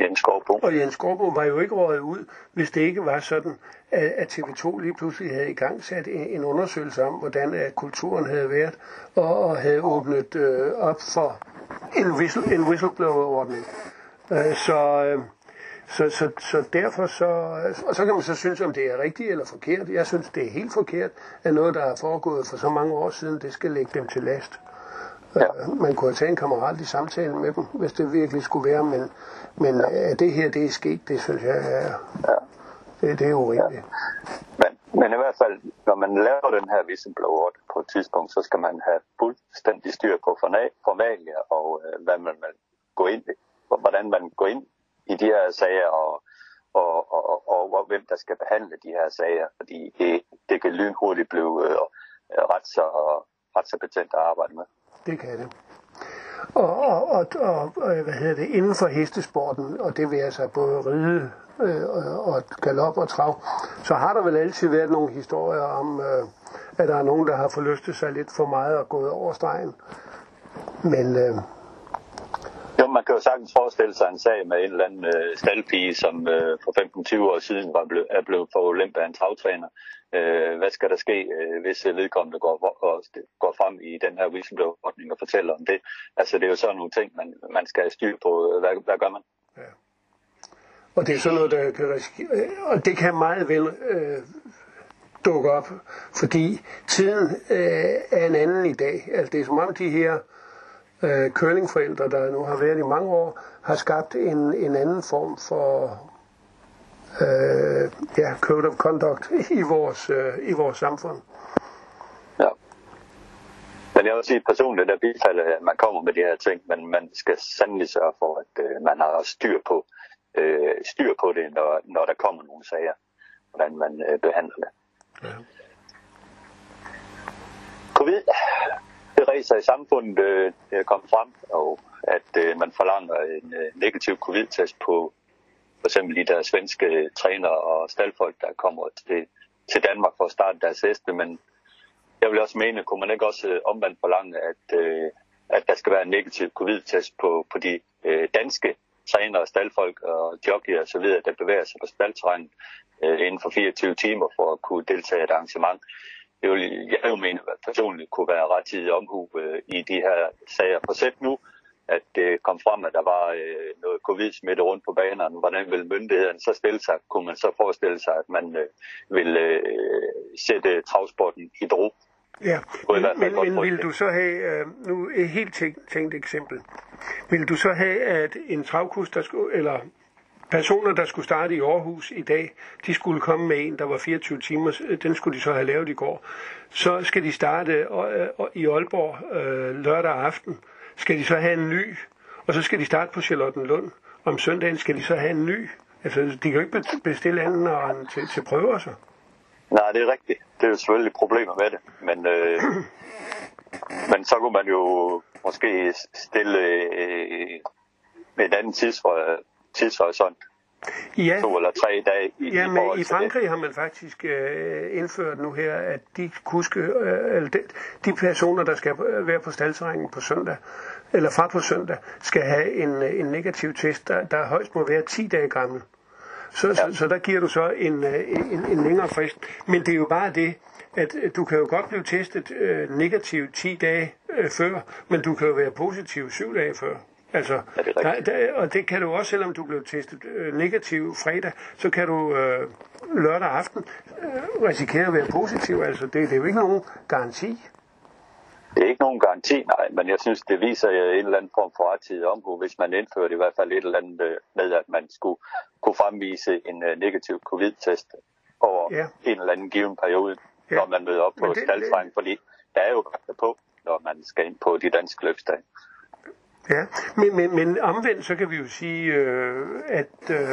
Speaker 3: Jens Skovbo.
Speaker 4: Og Jens Skovbo var jo ikke røget ud, hvis det ikke var sådan, at T V to lige pludselig havde i gang sat en undersøgelse om, hvordan kulturen havde været, og havde åbnet øh, op for en, whistle, en whistleblower-ordning. Øh, så, øh, så, så, så derfor så, og så kan man så synes, om det er rigtigt eller forkert. Jeg synes, det er helt forkert, at noget, der er foregået for så mange år siden, det skal lægge dem til last. Ja. Man kunne have taget en kammerat i samtale med dem, hvis det virkelig skulle være, men, men ja. at det her det er sket, det synes jeg er, ja. det, det er urimeligt. Ja.
Speaker 3: Men, men i hvert fald, når man laver den her whistleblower på et tidspunkt, så skal man have fuldstændig styr på formalia og øh, hvad man vil gå ind i, hvordan man går ind i de her sager og, og, og, og, og, og hvem der skal behandle de her sager, fordi det, det kan lynhurtigt blive øh, ret så ret så betændt at arbejde med.
Speaker 4: Det kan det. Og, og, og, og hvad hedder det, inden for hestesporten, og det vil altså både ride øh, og galop og trav, så har der vel altid været nogle historier om, øh, at der er nogen, der har forlystet sig lidt for meget og gået over stregen. Men... Øh,
Speaker 3: jo, man kan jo sagtens forestille sig en sag med en eller anden øh, staldpige, som øh, for femten til tyve år siden var blevet, er blevet forulæmpet af en travtræner. Øh, hvad skal der ske, øh, hvis vedkommende går, og, går frem i den her whistleblower-ordning og fortæller om det? Altså, det er jo sådan nogle ting, man, man skal have styr på. Hvad, hvad gør man?
Speaker 4: Ja. Og det er sådan noget, der kan risikere, og det kan meget vel øh, dukke op, fordi tiden øh, er en anden i dag. Altså, det er som om de her øh, curlingforældre, der nu har været i mange år, har skabt en, en anden form for øh, ja, code of conduct i vores, øh, i vores samfund.
Speaker 3: Ja. Men jeg vil sige personligt, der bifalder, at man kommer med de her ting, men man skal sandelig sørge for, at øh, man har styr på, øh, styr på det, når, når der kommer nogle sager, hvordan man øh, behandler det. Ja. Covid, det rejser i samfundet øh, er kommet frem, og at øh, man forlanger en øh, negativ covid-test på for eksempel de der svenske træner og staldfolk, der kommer til, til Danmark for at starte deres heste, men jeg vil også mene, kunne man ikke også øh, omvendt forlange, at, øh, at der skal være en negativ covid-test på, på de øh, danske trænere, staldfolk og jockeyer og så videre, der bevæger sig på staldterræn øh, inden for fireogtyve timer for at kunne deltage i et arrangement. Det vil jeg jo mene, at personligt kunne være rettidig omhu øh, i de her sager. For sæt nu, at det kom frem, at der var øh, noget covid-smitte rundt på banerne. Hvordan vil myndighederne så stille sig? Kunne man så forestille sig, at man øh, vil øh, sætte travsporten i bero?
Speaker 4: Ja, men, men, men vil du så have, øh, nu et helt tænkt, tænkt eksempel, vil du så have, at en travkus, der skulle, eller personer, der skulle starte i Aarhus i dag, de skulle komme med en, der var fireogtyve timer, den skulle de så have lavet i går. Så skal de starte øh, i Aalborg øh, lørdag aften, skal de så have en ny, og så skal de starte på Charlottenlund. Om søndagen skal de så have en ny. Altså, de kan jo ikke bestille anden end til, til prøver så.
Speaker 3: Nej, det er rigtigt. Det er jo selvfølgelig problemer med det. Men, øh, men så kunne man jo måske stille øh, med et andet tidshorisont.
Speaker 4: Ja,
Speaker 3: to eller tre dage i,
Speaker 4: ja,
Speaker 3: i
Speaker 4: men i Frankrig det. Har man faktisk øh, indført nu her, at de kuske, øh, de, de personer, der skal være på staldterrænen på søndag, eller fra på søndag, skal have en, en negativ test, der, der højst må være ti dage gammel. Så, ja. så, så der giver du så en, en, en længere frist. Men det er jo bare det, at du kan jo godt blive testet øh, negativt ti dage øh, før, men du kan jo være positiv syv dage før. Altså, der, der, og det kan du også, selvom du blev testet øh, negativ fredag, så kan du øh, lørdag aften øh, risikere at være positiv. Altså, det, det er jo ikke nogen garanti.
Speaker 3: Det er ikke nogen garanti, nej, men jeg synes, det viser en eller anden form for rettidig omhu, hvis man indførte i hvert fald et eller andet med, at man skulle kunne fremvise en uh, negativ covid-test over ja. en eller anden given periode, ja. når man møder op på staldterræn, fordi der er jo vagter på, når man skal ind på de danske løbsdage.
Speaker 4: Ja, men, men, men omvendt så kan vi jo sige, øh, at øh,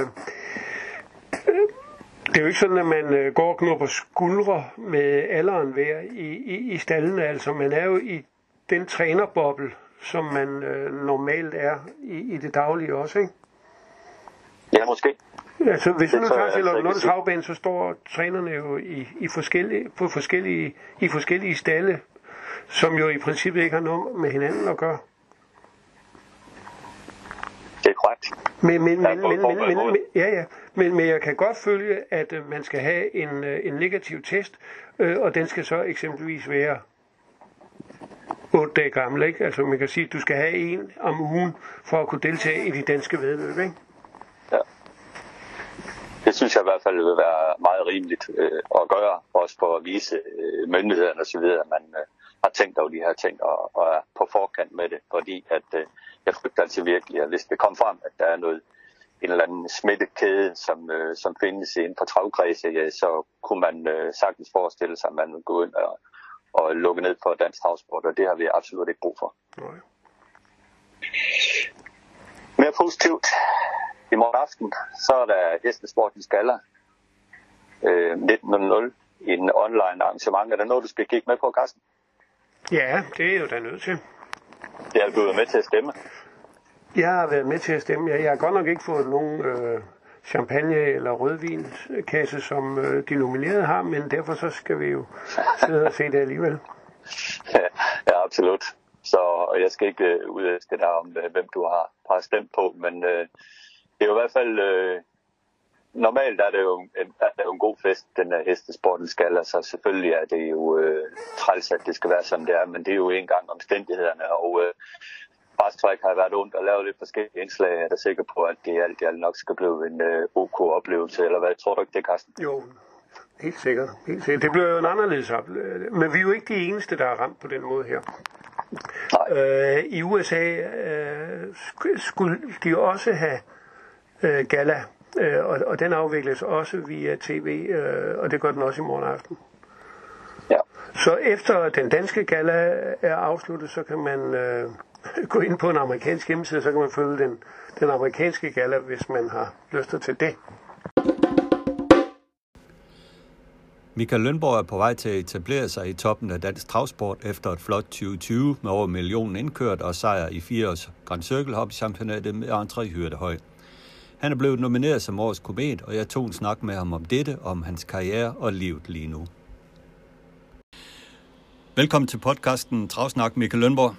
Speaker 4: det er jo ikke sådan, at man øh, går og knupper skuldre med alderen hver i, i, i stallene. Altså man er jo i den trænerboble, som man øh, normalt er i, i det daglige også, ikke?
Speaker 3: Ja, måske.
Speaker 4: Altså hvis du nu tager til Lundens Travbane, så står trænerne jo i, i forskellige, på forskellige, i forskellige stalle, som jo i princippet ikke har noget med hinanden at gøre.
Speaker 3: Det er korrekt.
Speaker 4: Men, men, men, men, men, men, men, ja, ja. Men, men jeg kan godt følge, at øh, man skal have en, øh, en negativ test, øh, og den skal så eksempelvis være otte dage gammel, ikke? Altså man kan sige, at du skal have en om ugen for at kunne deltage i de danske væddeløb, ikke?
Speaker 3: Ja. Det synes jeg i hvert fald vil være meget rimeligt øh, at gøre, også for at vise øh, myndighederne og så videre, at man øh, har tænkt over de her ting og, og er på forkant med det, fordi at øh, jeg frygter altså virkelig, at hvis det kommer frem, at der er noget, en eller anden smittekæde, som, øh, som findes inden for travkredse, ja, så kunne man øh, sagtens forestille sig, at man vil gå ind og, og lukke ned for dansk travsport, og det har vi absolut ikke brug for.
Speaker 4: Nej.
Speaker 3: Mere positivt. I morgen aften, så er der Hestesportens Galla øh, nitten nul nul i en online arrangement. Er der noget, du skal kigge med på, Carsten?
Speaker 4: Ja, det er jo da nødt til.
Speaker 3: Det er du været med til at stemme.
Speaker 4: Jeg har været med til at stemme. Jeg har godt nok ikke fået nogen øh, champagne eller rødvinskasse, som øh, de nominerede har, men derfor så skal vi jo sidde og se det alligevel.
Speaker 3: Ja, absolut. Så jeg skal ikke øh, udæske dig om, øh, hvem du har, har stemt på, men øh, det er jo i hvert fald... Øh, normalt er det, jo en, er det jo en god fest, den her Hestesportens Galla, så selvfølgelig er det jo øh, træls, at det skal være som det er, men det er jo en gang omstændighederne, og øh, Fast Track har været ondt og lavet lidt forskellige indslag. Jeg er da sikker på, at det alt, alt nok skal blive en øh, ok oplevelse, eller hvad? Tror du ikke det, Carsten?
Speaker 4: Jo, helt sikkert. Helt sikkert. Det bliver jo en anderledes oplevelse, men vi er jo ikke de eneste, der er ramt på den måde her. Øh, I U S A øh, skulle de også have øh, galla, øh, og, og den afvikles også via tv, øh, og det gør den også i morgen aften.
Speaker 3: Ja.
Speaker 4: Så efter den danske galla er afsluttet, så kan man øh, gå ind på en amerikansk hjemmeside, så kan man følge den, den amerikanske galla, hvis man har lyst til det.
Speaker 2: Michael Lønborg er på vej til at etablere sig i toppen af dansk travsport efter et flot tyve tyve med over en million indkørt og sejr i fire års Grand Circle Hop championatet med André Hyrdehøj. Han er blevet nomineret som årets komet, og jeg tog en snak med ham om dette, om hans karriere og livet lige nu. Velkommen til podcasten Travsnak, Michael Lønborg.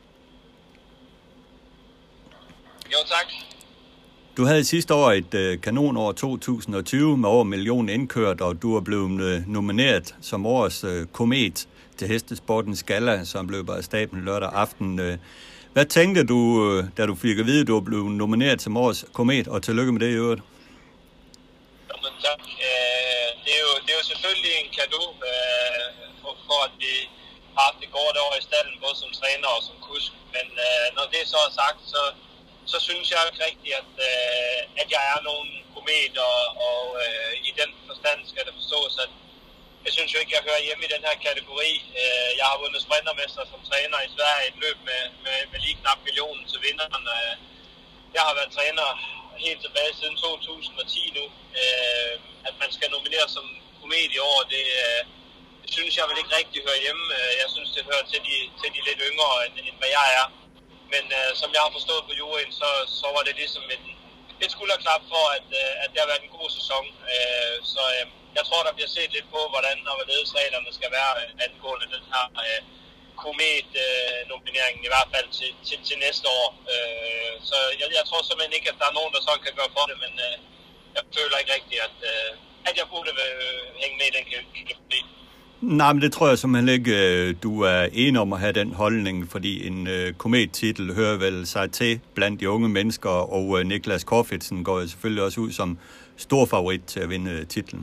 Speaker 6: Jo, tak.
Speaker 2: Du havde sidste år et øh, kanonår to tusind og tyve med over en million indkørt, og du er blevet øh, nomineret som årets øh, komet til Hestesportens Galla, som blev af staben lørdag aften. Øh. Hvad tænkte du, øh, da du fik at vide, at du blev nomineret som årets komet, og tillykke med det i øvrigt?
Speaker 6: Jamen tak. Øh, det, er jo, det er jo selvfølgelig en cadeau øh, for, for, at vi har haft det godt år i stallen, både som træner og som kusk. Men øh, når det så er sagt, så så synes jeg ikke rigtigt, at, øh, at jeg er nogen komet, og, og øh, i den forstand skal det forstås, at jeg synes jo ikke, jeg hører hjemme i den her kategori. Øh, jeg har vundet sprintermester som træner i Sverige i et løb med, med, med lige knap millionen til vinderen. Øh, jeg har været træner helt tilbage siden to tusind og ti nu. Øh, at man skal nomineres som komet i år, det, øh, det synes jeg vel ikke rigtig hører hjemme. Jeg synes, det hører til de, til de lidt yngre, end, end hvad jeg er. Men øh, som jeg har forstået på juryen, så, så var det ligesom et, et skulderklap for, at, øh, at det har været en god sæson. Øh, så øh, jeg tror, der bliver set lidt på, hvordan og hvorledes reglerne skal være angående den her øh, komet-nomineringen, øh, i hvert fald til, til, til næste år. Øh, så jeg, jeg tror simpelthen ikke, at der er nogen, der så kan gøre for det, men øh, jeg føler ikke rigtigt, at, øh, at jeg burde øh, hænge med i den kategori.
Speaker 2: Nej, men det tror jeg simpelthen ikke, du er enig om at have den holdning, fordi en uh, komet-titel hører vel sig til blandt de unge mennesker, og uh, Niklas Korfitsen går jo selvfølgelig også ud som stor favorit til at vinde titlen.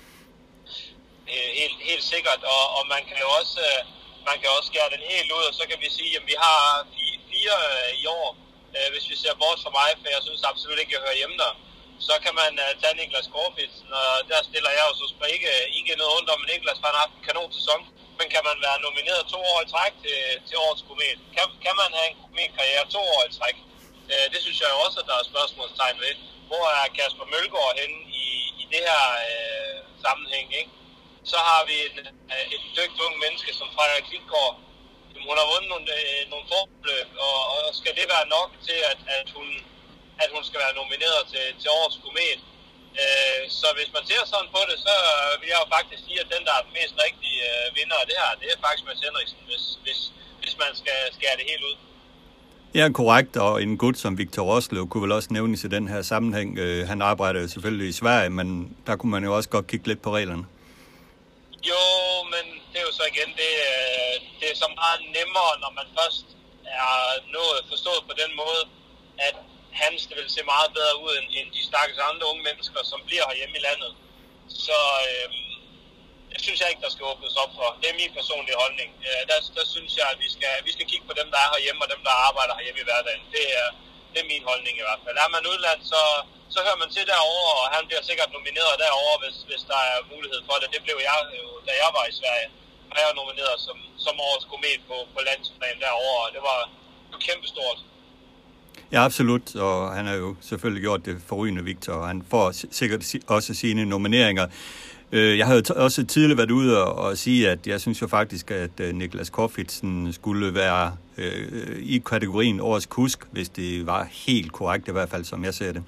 Speaker 6: Helt, helt sikkert, og, og man kan jo også, man kan også skære den helt ud, og så kan vi sige, at vi har fire, fire i år, hvis vi ser bort fra mig, for jeg synes absolut ikke, jeg hører hjemme der. Så kan man uh, tage Niklas Korfitsen, og der stiller jeg jo så ikke, ikke noget ondt om Niklas, for han har haft en kanon-sæson. Men kan man være nomineret to år i træk til, til årets komet? Kan, kan man have en komet-karriere to år i træk? Uh, det synes jeg jo også, at der er spørgsmålstegn ved. Hvor er Kasper Mølgaard henne i, i det her uh, sammenhæng, ikke? Så har vi en, uh, et dygtigt ung menneske som Freja Klitgaard. Hun har vundet nogle, uh, nogle forløb, og, og skal det være nok til, at, at hun... at hun skal være nomineret til, til årets komet. Øh, så hvis man ser sådan på det, så vil jeg jo faktisk sige, at den, der er den mest rigtige øh, vinder af det her, det er faktisk Mads Henriksen, hvis, hvis, hvis man skal skære det helt ud.
Speaker 2: Ja, korrekt, og en gut som Victor Roslev kunne vel også nævnes i den her sammenhæng. Øh, han arbejder jo selvfølgelig i Sverige, men der kunne man jo også godt kigge lidt på reglerne.
Speaker 6: Jo, men det er jo så igen, det, det er så meget nemmere, når man først er nået forstået på den måde, at hans det vil se meget bedre ud, end, end de stakkels andre unge mennesker, som bliver herhjemme i landet. Så øh, det synes jeg ikke, der skal åbnes op for. Det er min personlige holdning. Der, der synes jeg, at vi skal, vi skal kigge på dem, der er herhjemme, og dem, der arbejder herhjemme i hverdagen. Det er, det er min holdning i hvert fald. Er man udland, så, så hører man til derovre, og han bliver sikkert nomineret derovre, hvis, hvis der er mulighed for det. Det blev jeg jo, da jeg var i Sverige. Jeg var nomineret som, som årets gourmet på, på landsplan derovre, og det var jo kæmpestort.
Speaker 2: Ja, absolut, og han har jo selvfølgelig gjort det forrygende, Victor, og han får sikkert også sine nomineringer. Jeg har jo også tidligere været ude og sige, at jeg synes jo faktisk, at Niklas Kofitsen skulle være øh, i kategorien årets kusk, hvis det var helt korrekt, i hvert fald som jeg ser det.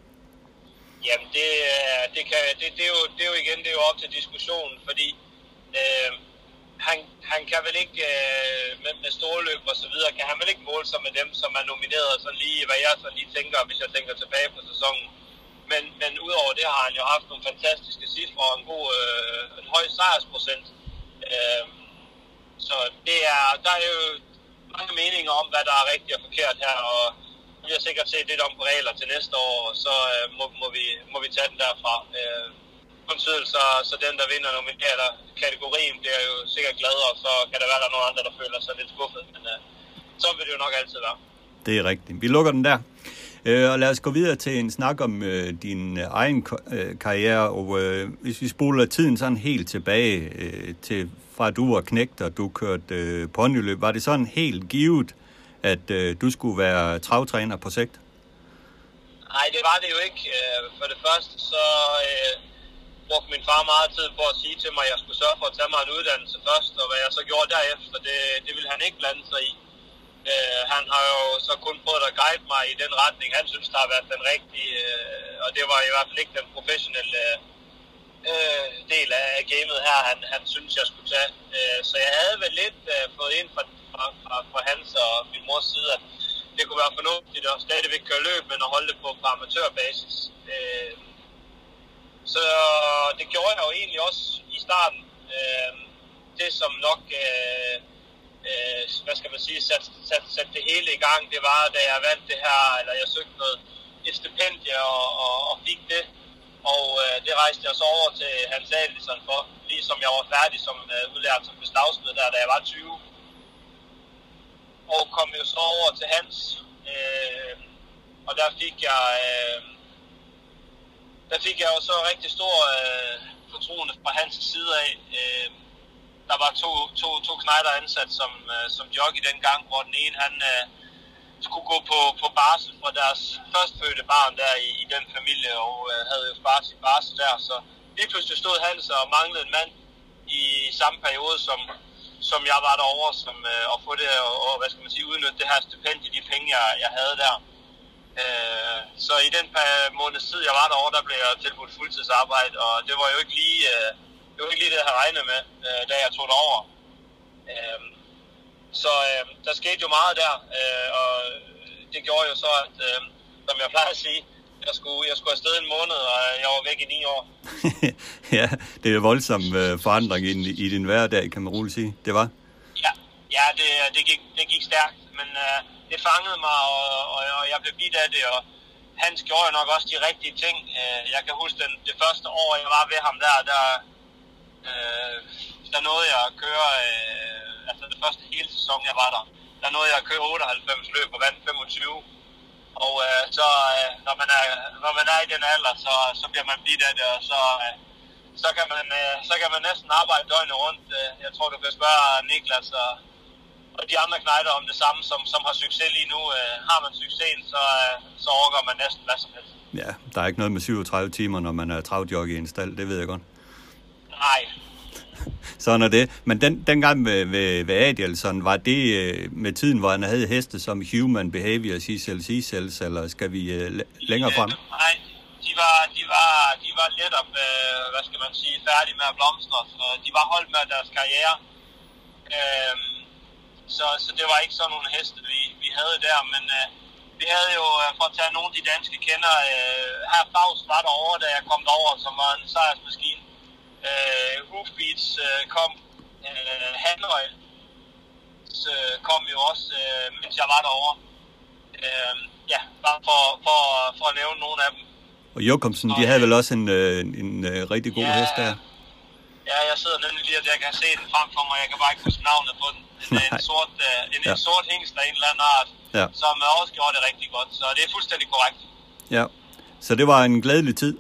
Speaker 6: Jamen, det, det, kan, det, det, er, jo, det er jo igen det er jo op til diskussionen, fordi øh, han, han kan vel ikke, øh, med, med storløb og så videre, kan han vel ikke måle sig med dem, som er nomineret, sådan lige, hvad jeg sådan lige tænker, hvis jeg tænker tilbage på sæsonen. Men, men udover det har han jo haft nogle fantastiske cifre og en god, øh, en høj sejrsprocent. Øh, så det er, der er jo mange meninger om, hvad der er rigtigt og forkert her, og vi har sikkert set lidt om på regler til næste år, og så øh, må, må, vi, må vi tage den derfra. Øh, så, så den, der vinder nomineret kategorien, bliver jo sikkert glad, og så kan der være, der er nogle andre, der føler sig lidt skuffet, men øh, så vil det jo nok altid være.
Speaker 2: Det er rigtigt. Vi lukker den der. Og lad os gå videre til en snak om øh, din egen øh, karriere, og øh, hvis vi spoler tiden sådan helt tilbage øh, til fra du var knægt, og du kørte øh, ponyløb, var det sådan helt givet, at øh, du skulle være travtræner på sigt?
Speaker 6: Nej, det var det jo ikke. For det første så øh, brugte min far meget tid på at sige til mig, at jeg skulle sørge for at tage mig en uddannelse først, og hvad jeg så gjorde derefter, det, det ville han ikke blande sig i. Uh, han har jo så kun prøvet at guide mig i den retning, han synes, der har været den rigtige, uh, og det var i hvert fald ikke den professionelle uh, del af gamet her, han, han synes, jeg skulle tage. Uh, så jeg havde vel lidt uh, fået ind fra, fra, fra, fra hans og min mors side, at det kunne være fornuftigt at stadigvæk køre løb, men at holde det på, på amatørbasis. Uh, så det gjorde jeg jo egentlig også i starten. Uh, det som nok... Uh, Øh, hvad skal man sige, sat, sat, sat det hele i gang, det var, da jeg vandt det her, eller jeg søgte noget, et stipendie og, og, og fik det, og øh, det rejste jeg så over til Hans Adelson for, ligesom jeg var færdig som øh, udlært som beslagsmed der, da jeg var tyve, og kom jo så over til Hans, øh, og der fik jeg, øh, der fik jeg jo så rigtig stor øh, fortroende fra hans side af. øh, Der var to, to, to knejder ansat som, uh, som jockey dengang, hvor den ene han uh, skulle gå på, på barsel for deres førstfødte barn der i, i den familie, og uh, havde jo sparet sin barsel der. Så lige pludselig stod han så og manglede en mand i samme periode, som, som jeg var derovre, som uh, at få det og, og hvad skal man sige, udnytte det her stipendie, de penge, jeg, jeg havde der. Uh, så i den par måneds tid, jeg var derovre, der blev jeg tilbudt fuldtidsarbejde, og det var jo ikke lige... Uh, Det var ikke lige det, jeg havde regnet med, øh, da jeg tog det over. Øh, så øh, der skete jo meget der, øh, og det gjorde jo så, at, øh, som jeg plejer at sige, jeg skulle, jeg skulle afsted en måned, og jeg var væk i ni år.
Speaker 2: Ja, det er en voldsom øh, forandring i, i din hverdag, kan man roligt sige. Det var?
Speaker 6: Ja, ja det, det, gik, det gik stærkt, men øh, det fangede mig, og, og, og jeg blev bidt af det, og Hans gjorde nok også de rigtige ting. Øh, jeg kan huske, den, det første år, jeg var ved ham der, der Øh, der nåede jeg at køre, øh, altså det første hele sæson jeg var der, der nåede jeg at køre otteoghalvfems løb og vandt femogtyve. Og øh, så øh, når, man er, når man er i den alder, så, så bliver man bidt af det, og så, øh, så, kan man, øh, så kan man næsten arbejde døgnet rundt. Øh, jeg tror, du kan spørge Niklas og, og de andre knejder om det samme, som, som har succes lige nu. Øh, har man succesen, så, øh, så overgår man næsten hvad som helst.
Speaker 2: Ja, der er ikke noget med syvogtredive timer, når man er travjockey i en stald, det ved jeg godt.
Speaker 6: Nej.
Speaker 2: Sådan er det. Men den, dengang ved, ved, ved Adielson, var det øh, med tiden, hvor han havde heste som Human Behavior, Cecil Cecils, eller skal vi øh, længere frem?
Speaker 6: Øh, nej, de var, de var, de var netop, øh, hvad skal man sige, færdige med at blomstre. Så de var holdt med deres karriere. Øh, så, så det var ikke sådan nogle heste, vi, vi havde der, men øh, vi havde jo, for at tage nogle af de danske kender, øh, her Faust var derovre, da jeg kom derover, som var en sejrsmaskine. Øh, Hoofbeats øh, kom, øh, Hanløj øh, kom jo også, øh, mens jeg var derovre. Øh, ja, bare for, for, for at nævne nogle af dem.
Speaker 2: Og Jokumsen, de havde vel også en, øh, en, en øh, rigtig god
Speaker 6: ja,
Speaker 2: hest der?
Speaker 6: Ja, jeg sidder nemlig lige, at jeg kan se den frem for mig. Jeg kan bare ikke huske navnet på den. En, en sort, uh, en, ja. en sort hængst af en eller anden art, ja. som uh, også gjorde det rigtig godt. Så det er fuldstændig korrekt. Ja,
Speaker 2: så det var en glædelig tid?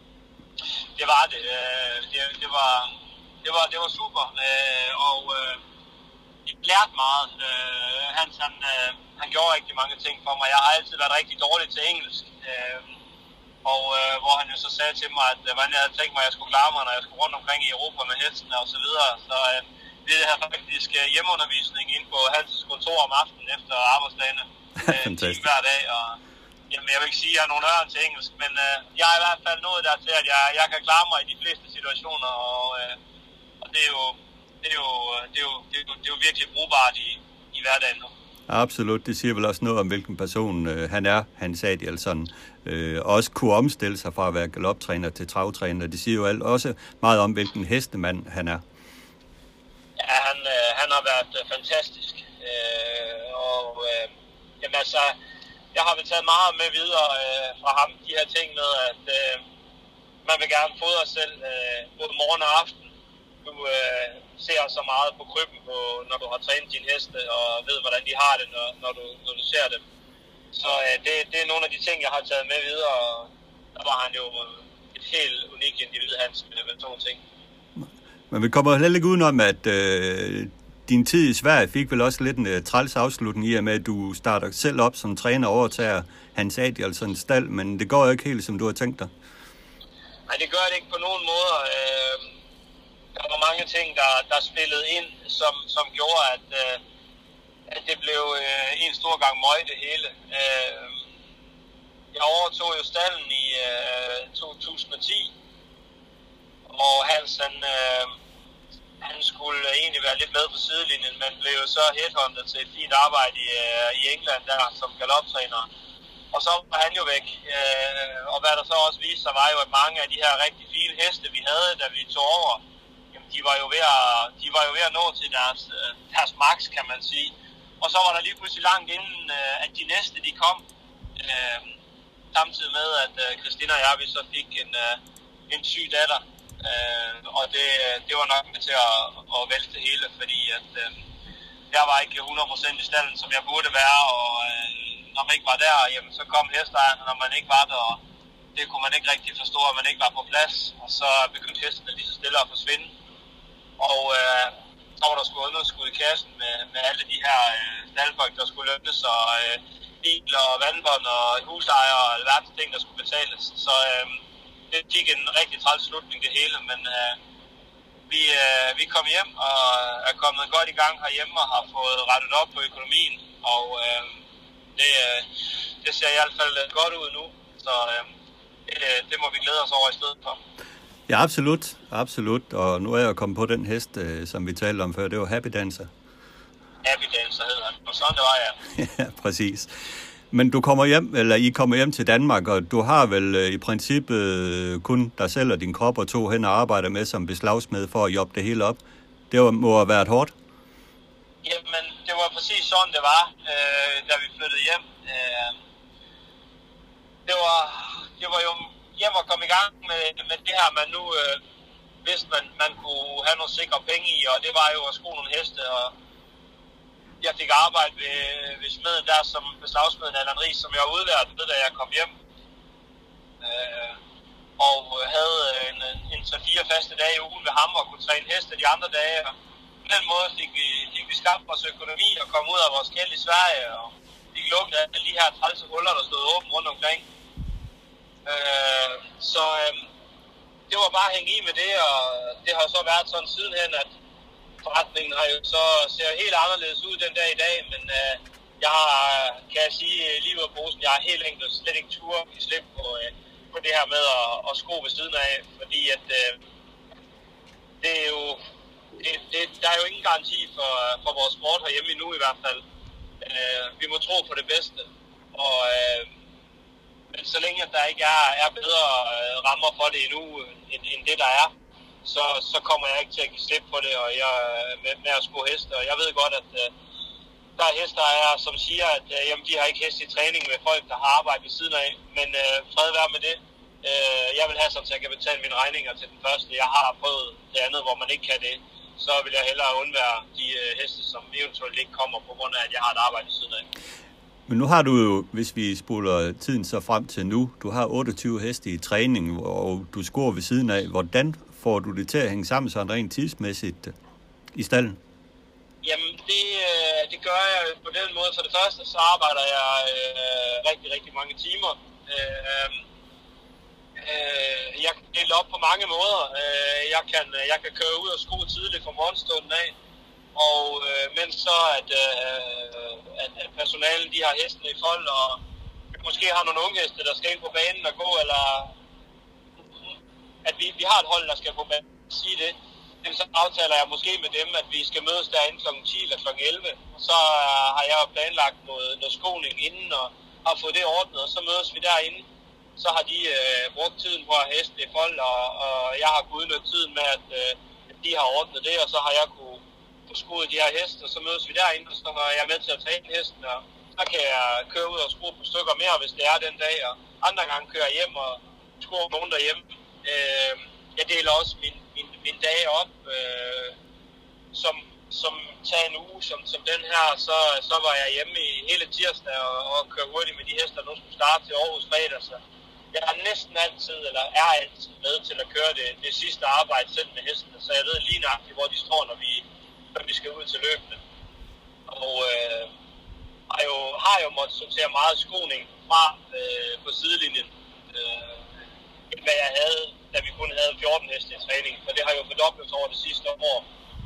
Speaker 6: Det var det. Uh, det, det, var, det, var, det var super. Uh, og uh, jeg lærte meget. Uh, Hans, han, uh, han gjorde rigtig mange ting for mig. Jeg har altid været rigtig dårlig til engelsk. Uh, Og øh, hvor han jo så sagde til mig, at øh, hvordan jeg havde tænkt mig, at jeg skulle klare mig, når jeg skulle rundt omkring i Europa med hestene og så videre. Så øh, det her faktisk øh, hjemmeundervisning inde på hans kontor om aftenen efter arbejdsdagene. Øh, en time hver dag. Og, jamen, jeg vil ikke sige, at jeg er nogen øren til engelsk, men øh, jeg er i hvert fald nået dertil, at jeg, jeg kan klare mig i de fleste situationer. Og, øh, og det er jo, det er jo, det er jo, det er jo, det er jo virkelig brugbart i, i hverdagen nu.
Speaker 2: Absolut, det siger vel også noget om, hvilken person øh, han er, Hans Adielsson. Øh, også kunne omstille sig fra at være galoptræner til travtræner. Det siger jo alt, også meget om, hvilken hestemand han er.
Speaker 6: Ja, han, øh, han har været øh, fantastisk. Øh, og øh, jamen altså, jeg har vel taget meget med videre øh, fra ham, de her ting med, at øh, man vil gerne fodre selv øh, både morgen og aften. Du øh, ser så meget på krybben, på, når du har trænet dine heste, og ved, hvordan de har det, når, når, du, når du ser dem. Så øh, det, det er nogle af de ting, jeg har taget med videre, og der var han jo et helt unikt individ, Hans, med sådan nogle ting.
Speaker 2: Men vi kommer heller ikke udenom, at øh, din tid i Sverige fik vel også lidt en uh, træls afslutning i og med, at du starter selv op som træner og overtager Hans Adielssons stald, men det går jo ikke helt, som du har tænkt dig.
Speaker 6: Nej, det gør det ikke på nogen måder. Øh, der var mange ting, der, der spillede ind, som, som gjorde, at, øh, at det blev øh, en stor gang møg det hele. Øh, jeg overtog jo stallen i øh, to tusind og ti, og Hans, han, øh, han skulle egentlig være lidt med på sidelinjen, men blev jo så headhunted til et fint arbejde i, øh, i England der som galoptræner. Og så var han jo væk, øh, og hvad der så også viste sig, var jo, at mange af de her rigtig fine heste, vi havde, da vi tog over, jamen, de var jo ved at, de var jo ved at nå til deres, deres max, kan man sige. Og så var der lige pludselig langt inden, øh, at de næste, de kom, øh, samtidig med, at øh, Christina og jeg, vi så fik en, øh, en syg datter. Øh, og det, det var nok med til at, at vælte det hele, fordi at, øh, jeg var ikke hundrede procent i stallen, som jeg burde være, og øh, når man ikke var der, jamen, så kom hestejerne, når man ikke var der, og det kunne man ikke rigtig forstå, at man ikke var på plads, og så begyndte hestene lige så stille at forsvinde. Og øh, så var der sgu underskud i kassen med, med alle de her øh, staldfolk, der skulle lønnes, og øh, biler og vandbånd og husejere og alverdens ting, der skulle betales. Så øh, det gik en rigtig træls slutning det hele, men øh, vi, øh, vi kom hjem og er kommet godt i gang herhjemme og har fået rettet op på økonomien, og øh, det, øh, det ser i hvert fald godt ud nu, så øh, det, det må vi glæde os over i stedet for.
Speaker 2: Ja, absolut, absolut, og nu er jeg kommet på den hest, øh, som vi talte om før, det var Happy Dancer.
Speaker 6: Happy Dancer hedder han, og sådan det var jeg.
Speaker 2: Ja, præcis. Men du kommer hjem, eller I kommer hjem til Danmark, og du har vel øh, i princippet øh, kun dig selv og din krop og to hænder arbejder med som beslagsmed for at jobbe det hele op. Det var, må have været hårdt.
Speaker 6: Jamen, det var præcis sådan, det var, øh, da vi flyttede hjem. Øh, det, var, det var jo hjem at komme i gang med, med det her, man nu øh, vidste, man, man kunne have nogle sikre penge i, og det var jo at sko nogle heste, og jeg fik arbejde ved, ved smeden der, som beslagsmeden Allan Riis, som jeg var udlært ved, da jeg kom hjem. Øh, og havde en, en tre fire faste dage i ugen ved ham, og kunne træne heste de andre dage. Og på den måde fik vi, fik vi skabt vores økonomi og kom ud af vores kæld i Sverige, og fik lukket af alle de her trælse huller, der stod åbent rundt omkring. Øh, så øh, det var bare at hænge i med det, og det har så været sådan sidenhen, at forretningen har jo så ser helt anderledes ud den dag i dag, men øh, jeg har, kan jeg sige, lige ud af posen, jeg har helt enkelt slet ikke tur i slip på, øh, på det her med at, at sko ved siden af, fordi at øh, det er jo, det, det, der er jo ingen guldgaranti for, for vores sport herhjemme endnu i hvert fald. Øh, vi må tro på det bedste. Og, øh, men så længe der ikke er, er bedre rammer for det endnu, end, end det der er, så, så kommer jeg ikke til at give slip på det, og jeg med, med at score heste. Og jeg ved godt, at øh, der er hesteejere, som siger, at øh, jamen, de har ikke heste i træning med folk, der har arbejdet ved siden af. Men øh, fred være med det. Øh, jeg vil have sådan, så jeg kan betale mine regninger til den første. Jeg har prøvet det andet, hvor man ikke kan det. Så vil jeg hellere undvære de øh, heste, som eventuelt ikke kommer på grund af, at jeg har et arbejde ved siden af.
Speaker 2: Men nu har du jo, hvis vi spoler tiden så frem til nu, du har otteogtyve heste i træning, og du scorer ved siden af. Hvordan får du det til at hænge sammen sådan rent tidsmæssigt i stallen?
Speaker 6: Jamen, det, det gør jeg på den måde. For det første, så arbejder jeg øh, rigtig, rigtig mange timer. Øh, øh, jeg kan dele op på mange måder. Øh, jeg, kan, jeg kan køre ud og skrue tidligt fra morgenstunden af. Og øh, mens så, at, øh, at, at personalen, de har hestene i fold, og måske har nogle unge heste, der skal ind på banen og gå, eller at vi, vi har et hold, der skal på banen og sige det. Så aftaler jeg måske med dem, at vi skal mødes derinde klokken ti eller klokken elleve. Så øh, har jeg jo planlagt noget, noget skoning inden, og har fået det ordnet, og så mødes vi derinde. Så har de øh, brugt tiden på at have heste i fold, og, og jeg har kunnet udnytte tiden med, at øh, de har ordnet det, og så har jeg kunne skrue de her heste, og så mødes vi derinde, og så er jeg med til at træne hesten, og så kan jeg køre ud og skrue på stykker mere, hvis det er den dag, og andre gange kører jeg hjem og skrue nogen derhjemme. Øh, jeg deler også min, min, min dage op, øh, som, som tager en uge, som, som den her, så, så var jeg hjemme i hele tirsdag og, og kørte hurtigt med de heste, der nu skulle starte til Aarhus fredag, så jeg er næsten altid, eller er altid med til at køre det, det sidste arbejde selv med hestene, så jeg ved lige nøjagtigt, hvor de står, når vi når vi skal ud til løbende. Og øh, har, jo, har jo måttet sortere meget skoning fra øh, på sidelinjen, øh, end hvad jeg havde, da vi kun havde fjorten heste i træning, for det har jo fordoblet over det sidste år.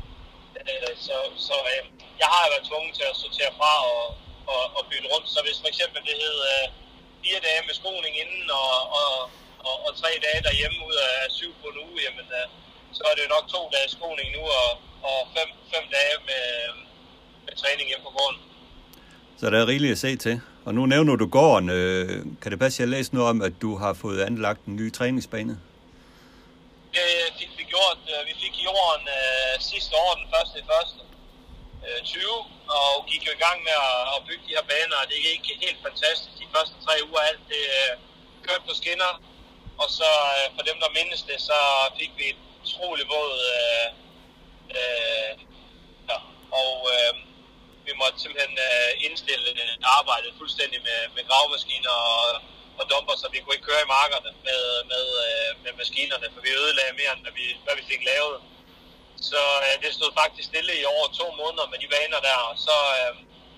Speaker 6: Øh, så så øh, jeg har været tvunget til at sortere fra og, og, og bytte rundt, så hvis for eksempel det hed øh, fire dage med skoning inden og, og, og, og tre dage derhjemme ud af syv på en uge, jamen, øh, så er det jo nok to dage skoning nu og og fem, fem dage med, med træning hjemme på gården.
Speaker 2: Så der er rigeligt at se til. Og nu nævner du gården. Øh, kan det passe, at jeg læste noget om, at du har fået anlagt en ny træningsbane?
Speaker 6: Det fik vi gjort. Vi fik jorden øh, sidste år, den første i første øh, tyve, og gik jo i gang med at, at bygge de her baner. Det gik helt fantastisk. De første tre uger alt det øh, kørte på skinner. Og så øh, for dem, der mindes det, så fik vi et utroligt både øh, Øh, ja, og øh, vi måtte simpelthen øh, indstille arbejdet fuldstændig med, med gravemaskiner og, og dumper, så vi kunne ikke køre i markerne med, med, øh, med maskinerne, for vi ødelagde mere, end hvad vi, hvad vi fik lavet. Så øh, det stod faktisk stille i over to måneder med de baner der, og så øh,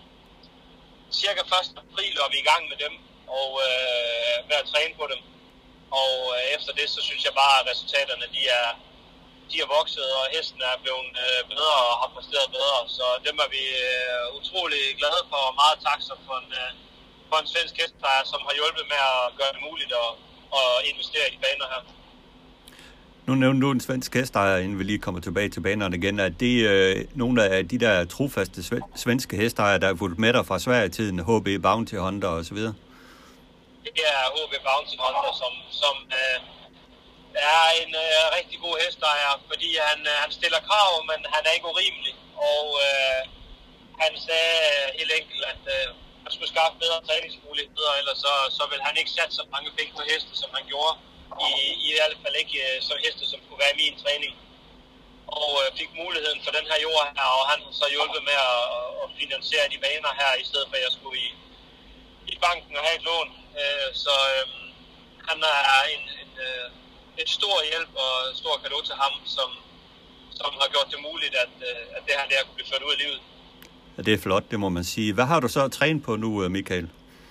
Speaker 6: cirka første april var vi i gang med dem, og øh, med at træne på dem. Og øh, efter det, så synes jeg bare, at resultaterne, de er de er vokset, og hesten er blevet øh, bedre og har præsteret bedre. Så dem er vi øh, utrolig glade for, og meget taksom for en, øh, for en svensk hesteejer, som har hjulpet med at gøre det muligt at, at investere i de baner her.
Speaker 2: Nu nævner du en svensk hesteejer, inden vi lige kommer tilbage til banerne igen. Er det øh, nogle af de der trofaste svenske hesteejere, der er fulgt med dig fra Sverige-tiden, H B Bounty Hunter osv.?
Speaker 6: Det er H B Bounty Hunter, som... som øh, er en øh, rigtig god hesteejer, fordi han, øh, han stiller krav, men han er ikke urimelig. Og øh, han sagde øh, helt enkelt, at øh, han skulle skaffe bedre træningsmuligheder, ellers så, så vil han ikke sætte så mange penge på heste, som han gjorde. I, i hvert fald ikke øh, som heste, som kunne være i min træning. Og øh, fik muligheden for den her jord her, og han har så hjulpet med at, at finansiere de baner her, i stedet for at jeg skulle i, i banken og have et lån. Øh, så øh, han er en... en øh, et stor hjælp og en stor cadeau til ham, som, som har gjort det muligt, at, at det her der kunne blive ført ud af livet.
Speaker 2: Ja, det er flot, det må man sige. Hvad har du så trænet på nu, Michael?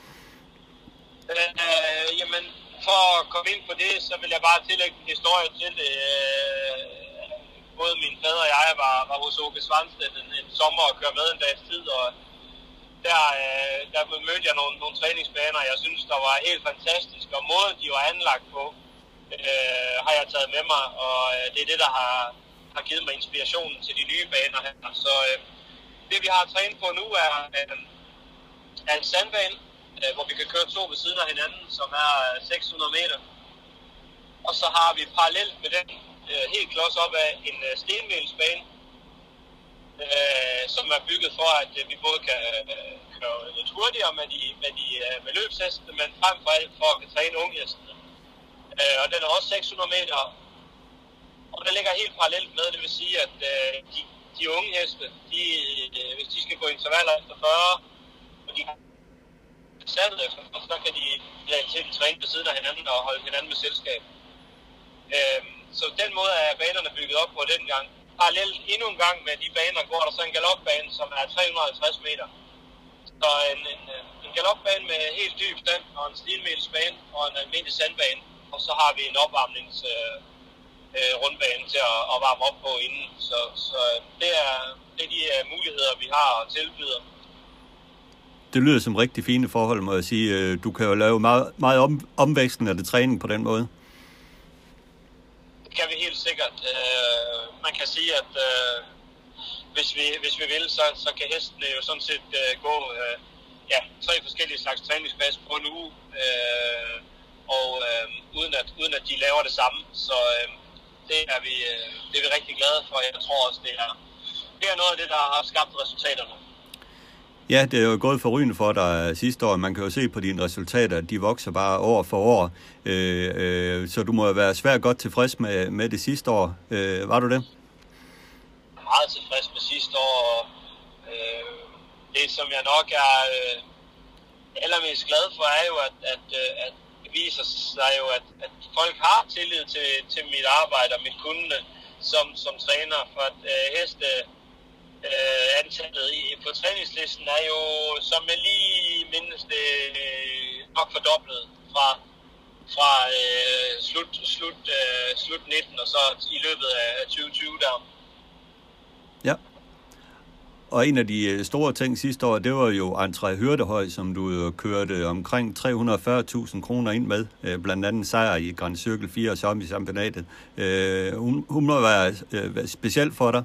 Speaker 6: Øh, øh, jamen, for at komme ind på det, så vil jeg bare tillægge en historie til det. Øh, både min fader og jeg var, var hos Åke Svanstedt en, en sommer og kørte med en dags tid, og der, øh, der mødte jeg nogle, nogle træningsbaner, jeg synes, der var helt fantastisk, og måden de var anlagt på, Øh, har jeg taget med mig, og øh, det er det, der har, har givet mig inspirationen til de nye baner her. Så øh, det vi har trænet på nu er, øh, er en sandbane, øh, hvor vi kan køre to ved siden af hinanden, som er seks hundrede meter. Og så har vi parallelt med den øh, helt klods op af en øh, stenvælsbane, øh, som er bygget for, at øh, vi både kan øh, køre lidt hurtigere med, de, med, de, øh, med løbshestene, men frem for alt for at kan træne unghestene. Øh, og den er også seks hundrede meter. Og den ligger helt parallelt med, det vil sige, at øh, de, de unge heste, de, øh, hvis de skal gå intervaller efter fyrre, og de har sat efter, så kan de reelt træne ved siden af hinanden og holde hinanden med selskab. Øh, så den måde er banerne bygget op på dengang. Parallelt endnu en gang med de baner går der så en galopbane, som er tre hundrede og halvtreds meter. Så en, en, en galopbane med helt dyb stand og en stilmelsbane og en almindelig sandbane. Og så har vi en opvarmnings øh, øh, rundbane til at, at varme op på inden. Så, så det, er, det er de uh, muligheder, vi har at tilbyde.
Speaker 2: Det lyder som rigtig fine forhold, må jeg sige. Du kan jo lave meget, meget om, omvekslende træning på den måde.
Speaker 6: Det kan vi helt sikkert. Øh, man kan sige, at øh, hvis, vi, hvis vi vil, så, så kan hestene jo sådan set øh, gå øh, ja, tre forskellige slags træningspas på en uge. Øh, og øh, uden, at, uden at de laver det samme. Så øh, det, er vi, øh, det er vi rigtig glade for. Jeg tror også, det er, det er noget af det, der har skabt resultaterne.
Speaker 2: Ja, det er jo gået forrygende for dig sidste år. Man kan jo se på dine resultater, at de vokser bare år for år. Øh, øh, så du må jo være svært godt tilfreds med, med det sidste år. Øh, var du det?
Speaker 6: Meget tilfreds med sidste år. Øh, det, som jeg nok er øh, allermest glad for, er jo, at, at, at det viser sig jo, at, at folk har tillid til, til mit arbejde og mit kunde som, som træner. For at øh, heste... Uh, antallet i, på træningslisten er jo, som jeg lige mindes det, nok fordoblet fra, fra uh, slut, slut, uh, slut nitten og så i løbet af tyve tyve der.
Speaker 2: Ja. Og en af de store ting sidste år, det var jo André Hyrdehøj, som du kørte omkring tre hundrede og fyrre tusind kroner ind med, blandt andet sejr i Grand Circle fire og som i championatet. Uh, hun, hun må være uh, specielt for dig.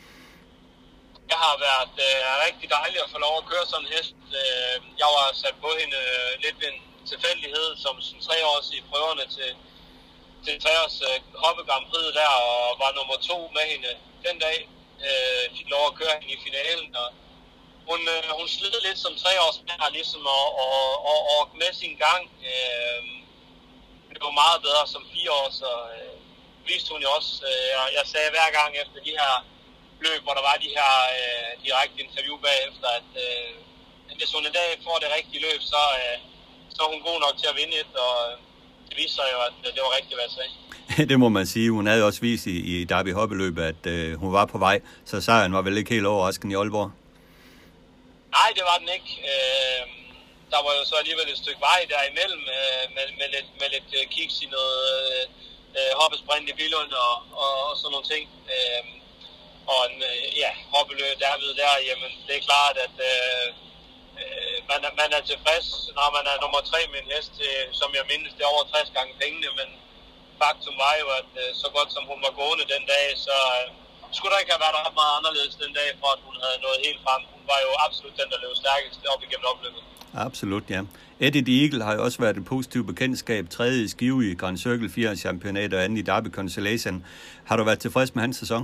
Speaker 6: Jeg har været øh, rigtig dejligt at få lov at køre sådan en hest. Øh, jeg var sat på hende øh, lidt ved en tilfældighed, som sådan tre års i prøverne til, til tre års øh, Hoppe Grand Prix der, og var nummer to med hende den dag. Øh, fik lov at køre hende i finalen, og hun, øh, hun slid lidt som tre års der, ligesom og, og, og, og med sin gang. Øh, det var meget bedre som fire år, så øh, viste hun jo også. Øh, jeg, jeg sagde hver gang efter de her løb, hvor der var de her øh, direkte interview bagefter, at øh, hvis hun en dag får det rigtige løb, så, øh, så er hun god nok til at vinde et, og øh, det viser sig jo, at øh, det var rigtigt, hvad jeg sagde.
Speaker 2: Det må man sige. Hun havde også vist i, i Derby Hoppeløbet, at øh, hun var på vej, så sejren var vel ikke helt overraskende i Aalborg?
Speaker 6: Nej, det var den ikke. Øh, der var jo så alligevel et stykke vej derimellem, øh, med, med lidt, med lidt øh, kiks i noget øh, hoppesprint i Billund og, og, og sådan nogle ting. Øh, Og en ja, hoppeløb derved der, jamen det er klart, at øh, man, er, man er tilfreds, når man er nummer tre med en hest, øh, som jeg mindes, det er over tres gange pengene, men faktum var jo, at øh, så godt som hun var gående den dag, så øh, skulle der ikke have været ret meget anderledes den dag, for at hun havde nået helt frem. Hun var jo absolut den, der løb stærkest op igennem opløbet. Absolut,
Speaker 2: ja. Eddie the Eagle har jo også været et positivt bekendtskab, tredje i Skive i Grand Circle fire championat og anden i Derby Consolation. Har du været tilfreds med hans sæson?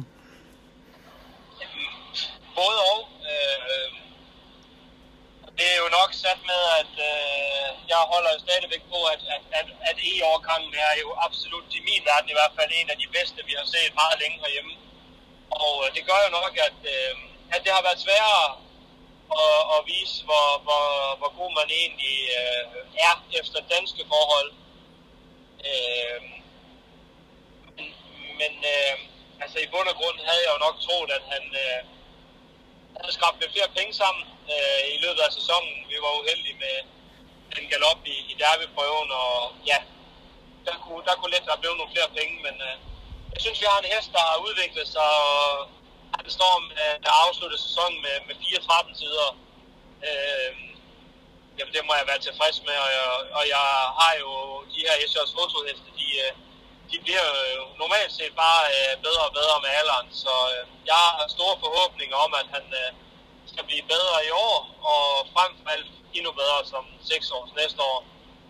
Speaker 6: Både og. Øh, det er jo nok sat med, at øh, jeg holder jo stadigvæk på, at, at, at, at E-årgangen er jo absolut i min verden i hvert fald en af de bedste, vi har set meget længe herhjemme. Og øh, det gør jo nok, at, øh, at det har været sværere at, at vise, hvor, hvor, hvor god man egentlig øh, er efter danske forhold. Øh, men men øh, altså i bund og grund havde jeg jo nok troet, at han... Øh, Han havde skrabt lidt flere penge sammen øh, i løbet af sæsonen. Vi var uheldige med en galop i, i derbyprøven, og ja, der kunne, der kunne let have blevet nogle flere penge, men øh, jeg synes, vi har en hest, der har udviklet sig, og han står med at afslutte sæsonen med, med fire tretten tider. Øh, jamen, det må jeg være tilfreds med, og jeg, og jeg har jo de her S J's fotoheste, de, de bliver jo normalt set bare øh, bedre og bedre med alderen. Så øh, jeg har store forhåbninger om, at han øh, skal blive bedre i år, og frem for alt endnu bedre som seks års næste år.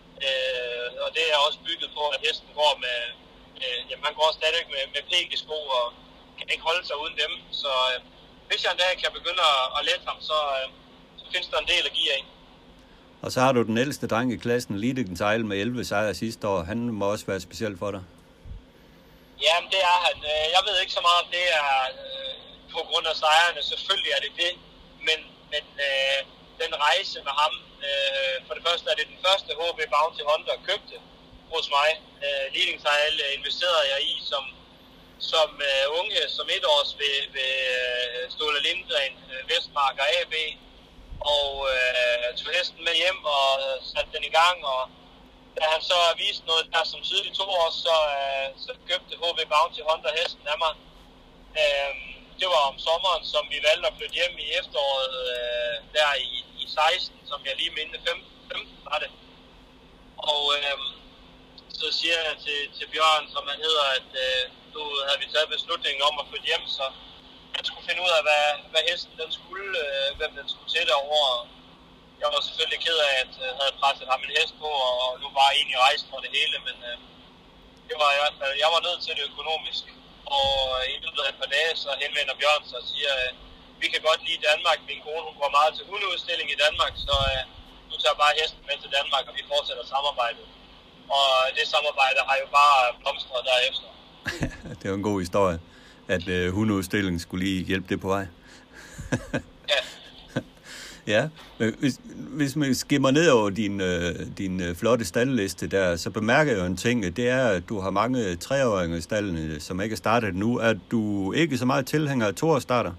Speaker 6: Øh, og det er også bygget på, at hesten går med, øh, jamen han går stadig med, med pækesko og kan ikke holde sig uden dem. Så øh, hvis jeg en dag kan begynde at, at lette ham, så, øh, så findes der en del at give af.
Speaker 2: Og så har du den ældste dreng i klassen, Lidigen Sejl, med elleve sejre sidste år. Han må også være speciel for dig.
Speaker 6: Jamen det er han. Jeg ved ikke så meget om det er øh, på grund af sejrene. Selvfølgelig er det det. Men, men øh, den rejse med ham, øh, for det første er det den første H B Bounty Hunter købte hos mig. Øh, Lidigen Sejl investerede jeg i som, som øh, unge, som etårs ved, ved øh, Ståle Lindgren, øh, Vestmark og A B. Og øh, tog hesten med hjem og satte den i gang, og da han så viste noget der som tidlig to år, så, øh, så købte H B Bounty Hunter hesten af mig. Øh, det var om sommeren, som vi valgte at flytte hjem i efteråret, øh, der i, i seksten, som jeg lige mindte, femten var det. Og øh, så siger jeg til, til Bjørn, som han hedder, at øh, nu havde vi taget beslutningen om at flytte hjem, så jeg skulle finde ud af, hvad, hvad hesten den skulle, øh, hvem den skulle til derovre. Jeg var selvfølgelig ked af, at jeg havde presset ham en hest på, og nu var jeg egentlig rejst for det hele, men øh, det var i hvert fald, jeg var nødt til det økonomisk. Og i løbet af et par dage, så henvender Bjørn sig og siger, øh, vi kan godt lide Danmark, min kone hun går meget til hundeudstilling i Danmark, så øh, nu tager jeg bare hesten med til Danmark, og vi fortsætter samarbejdet. Og det samarbejde har jo bare blomstret derefter.
Speaker 2: Det er jo en god historie, at øh, hundeudstillingen skulle lige hjælpe det på vej.
Speaker 6: Ja.
Speaker 2: Ja, hvis, hvis man skimmer ned over din, øh, din øh, flotte staldliste der, så bemærker jeg jo en ting, det er, at du har mange treåringer i stallene, som ikke er startet nu. Er du ikke så meget tilhænger af toårsstarter?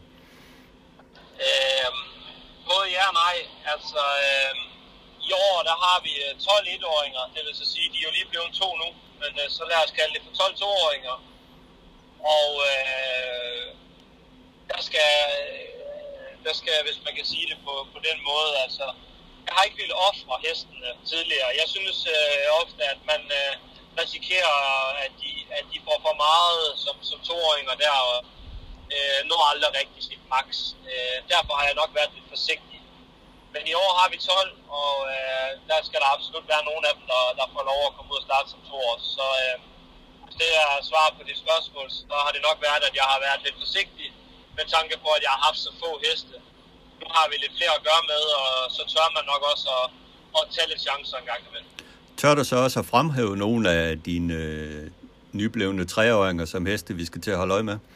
Speaker 6: Øhm, både ja og nej. Altså, øhm, i år, der har vi tolv etåringer, det vil så sige, de er jo lige blevet to nu, men øh, så lad os kalde det for tolv toåringer. Og øh, der skal... Der skal, hvis man kan sige det på, på den måde, altså, jeg har ikke ville ofre hestene tidligere. Jeg synes øh, ofte, at man øh, risikerer, at de, at de får for meget som, som toåringer der, og øh, når aldrig rigtig sit max. Øh, derfor har jeg nok været lidt forsigtig. Men i år har vi tolv, og øh, der skal der absolut være nogen af dem, der, der får lov at komme ud og starte som toårs. Så øh, hvis det er svar på dit spørgsmål, så har det nok været, at jeg har været lidt forsigtig, med tanke på, at jeg har haft så få heste. Nu har vi lidt flere at gøre med, og så tør man nok også at, at tage lidt chancer en gang imellem. Tør
Speaker 2: du så også at fremhæve nogle af dine øh, nyblevne treåringer som heste, vi skal til at holde øje med?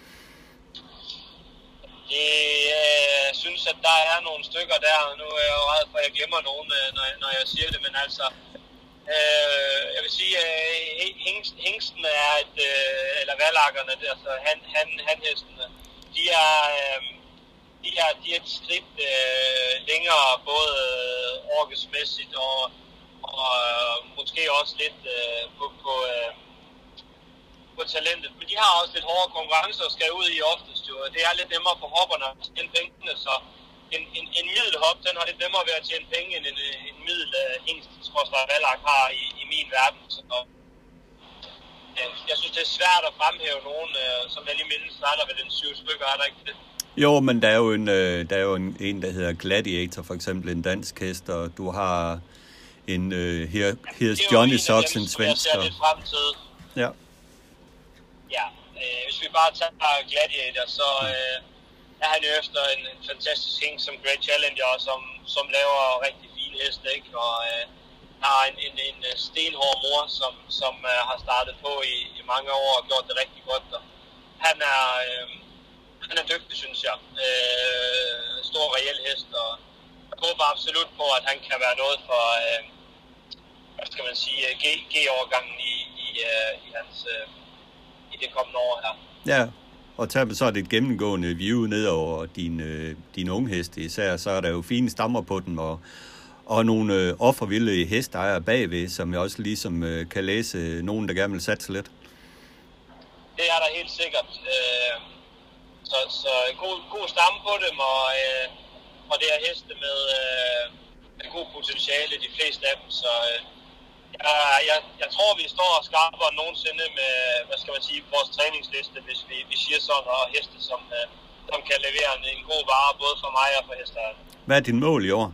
Speaker 6: Det, øh, jeg synes, at der er nogle stykker der, og nu er jeg jo ret for, at jeg glemmer nogen, når, når jeg siger det, men altså, øh, jeg vil sige, at øh, hængst, hængsten er et, øh, eller valakkerne, altså han, han, hanhestene, de er, øh, de er, de er et skridt øh, længere, både øh, orkesmæssigt og, og øh, måske også lidt øh, på, på, øh, på talentet. Men de har også lidt hårdere konkurrencer og skal ud i oftest. Jo. Det er lidt nemmere for hopperne at tjene pengene, så en, en, en middelhop, den har lidt nemmere ved at tjene penge, end en, en middel øh, hængst, skorstræk valak har i, i min verden. Så, jeg synes, det er svært at fremhæve nogen, øh, som jeg lige mindes, der er der ved den syv stykker, er der ikke det?
Speaker 2: Jo, men der er jo en, øh, der er jo en, en, der hedder Gladiator, for eksempel en dansk hest, og du har en uh, her, Here's Johnny Socks, en svensk.
Speaker 6: Det er jo en af dem, som jeg ser lidt frem til.
Speaker 2: Ja.
Speaker 6: Ja, øh, hvis vi bare tager Gladiator, så øh, er han jo efter en, en fantastisk heng som Great Challenger, som, som laver rigtig fine heste, ikke? Og øh, har en, en, en stenhård mor, som, som uh, har startet på i, i mange år og gjort det rigtig godt. Og han er, øh, han er dygtig, synes jeg. Øh, stor reel hest, og jeg håber absolut på, at han kan være noget for, øh, hvad skal man sige, G- G-årgangen i, i, uh, i hans, uh, i det kommende år her.
Speaker 2: Ja, og tager så er det et gennemgående view ned over dine, dine unge heste især, så er der jo fine stammer på dem, og Og nogle øh, offervilde hesteejere bagved, som jeg også ligesom øh, kan læse øh, nogen, der gerne vil satse lidt.
Speaker 6: Det er der helt sikkert. Øh, så så god, god stamme på dem, og, øh, og det er heste med, øh, med god potentiale, de fleste af dem. Så øh, Jeg, jeg, jeg tror, vi står skarpere end nogensinde med, hvad skal man sige, vores træningsliste, hvis vi, vi siger sådan, og heste, som, som kan levere en, en god vare, både for mig og for hesterne.
Speaker 2: Hvad er dit mål i år?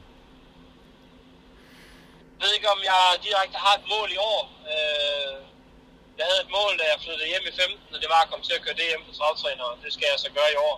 Speaker 6: Jeg ved ikke, om jeg direkte har et mål i år. Jeg havde et mål, da jeg flyttede hjem i femten, og det var at komme til at køre D M på travtræner. Det skal jeg så gøre i år.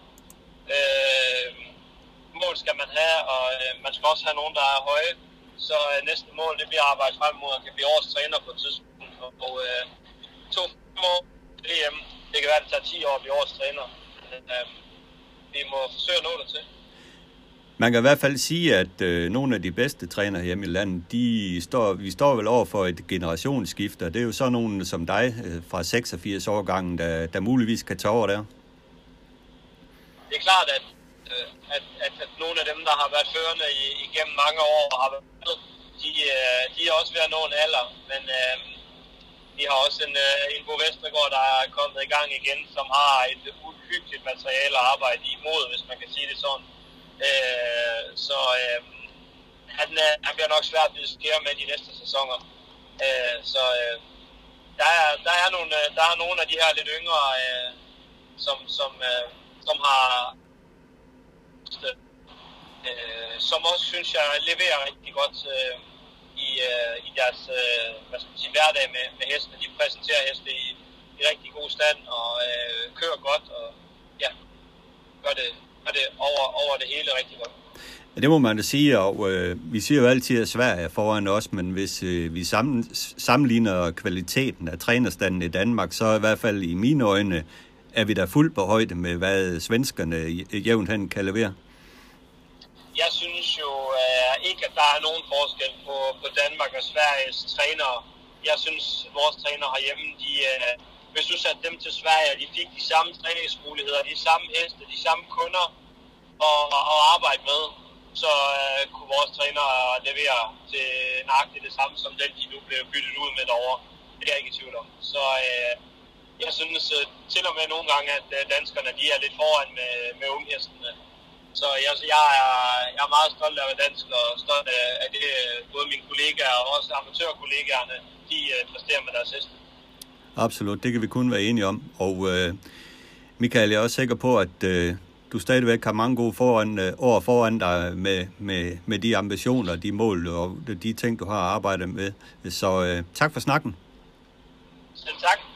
Speaker 6: Mål skal man have, og man skal også have nogen, der er høje. Så øh, næste mål, det bliver at arbejde frem mod at kan blive årets træner på et tidspunkt. Og øh, to år D M, det kan være, at det tager ti år at blive årets træner. Øh, vi må forsøge at nå det til.
Speaker 2: Man kan i hvert fald sige, at øh, nogle af de bedste trænere hjemme i landet, de står, vi står vel over for et generationsskifte, og det er jo så nogen som dig øh, fra seksogfirs årgangen, der, der muligvis kan tage over der.
Speaker 6: Det er klart, at At, at, at nogle af dem, der har været førende i, igennem mange år, har været, de, de er også ved at nå en alder. Men øh, vi har også en, en Bo Vestergaard, der er kommet i gang igen, som har et uhyggeligt materiale at arbejde imod, hvis man kan sige det sådan. Øh, så øh, han, han bliver nok svært at skære med de næste sæsoner. Øh, så øh, der, er, der, er nogle, der er nogle af de her lidt yngre, øh, som, som, øh, som har... Øh, som også, synes jeg, leverer rigtig godt øh, i, øh, i deres øh, hvad skal man sige, hverdag med, med hestene. De præsenterer heste i, i rigtig god stand og øh, kører godt og ja, gør det, gør det over, over det hele rigtig godt.
Speaker 2: Ja, det må man da sige, og øh, vi siger jo altid, at Sverige er foran os, men hvis øh, vi sammen, sammenligner kvaliteten af trænerstanden i Danmark, så i hvert fald i mine øjne er vi da fuldt på højde med, hvad svenskerne jævnt hen kan levere.
Speaker 6: Jeg synes jo uh, ikke, at der er nogen forskel på, på Danmark og Sveriges trænere. Jeg synes, at vores trænere herhjemme, de, uh, hvis du satte dem til Sverige, de fik de samme træningsmuligheder, de samme heste, de samme kunder at, at arbejde med, så uh, kunne vores trænere levere til nøjagtigt det samme, som den, de nu blev byttet ud med derovre. Det er jeg ikke i tvivl om. Så uh, jeg synes uh, til og med nogle gange, at uh, danskerne de er lidt foran med, med unghestene. Så jeg, jeg, er, jeg er meget stolt af at være dansk, og stolt af det, både mine kollegaer og også amatørkollegaerne, de præsterer med deres heste.
Speaker 2: Absolut, det kan vi kun være enige om. Og øh, Michael, jeg er også sikker på, at øh, du stadigvæk har mange gode foran, øh, år foran dig med, med, med de ambitioner, de mål og de ting, du har arbejdet med. Så øh, tak for snakken.
Speaker 6: Selv tak.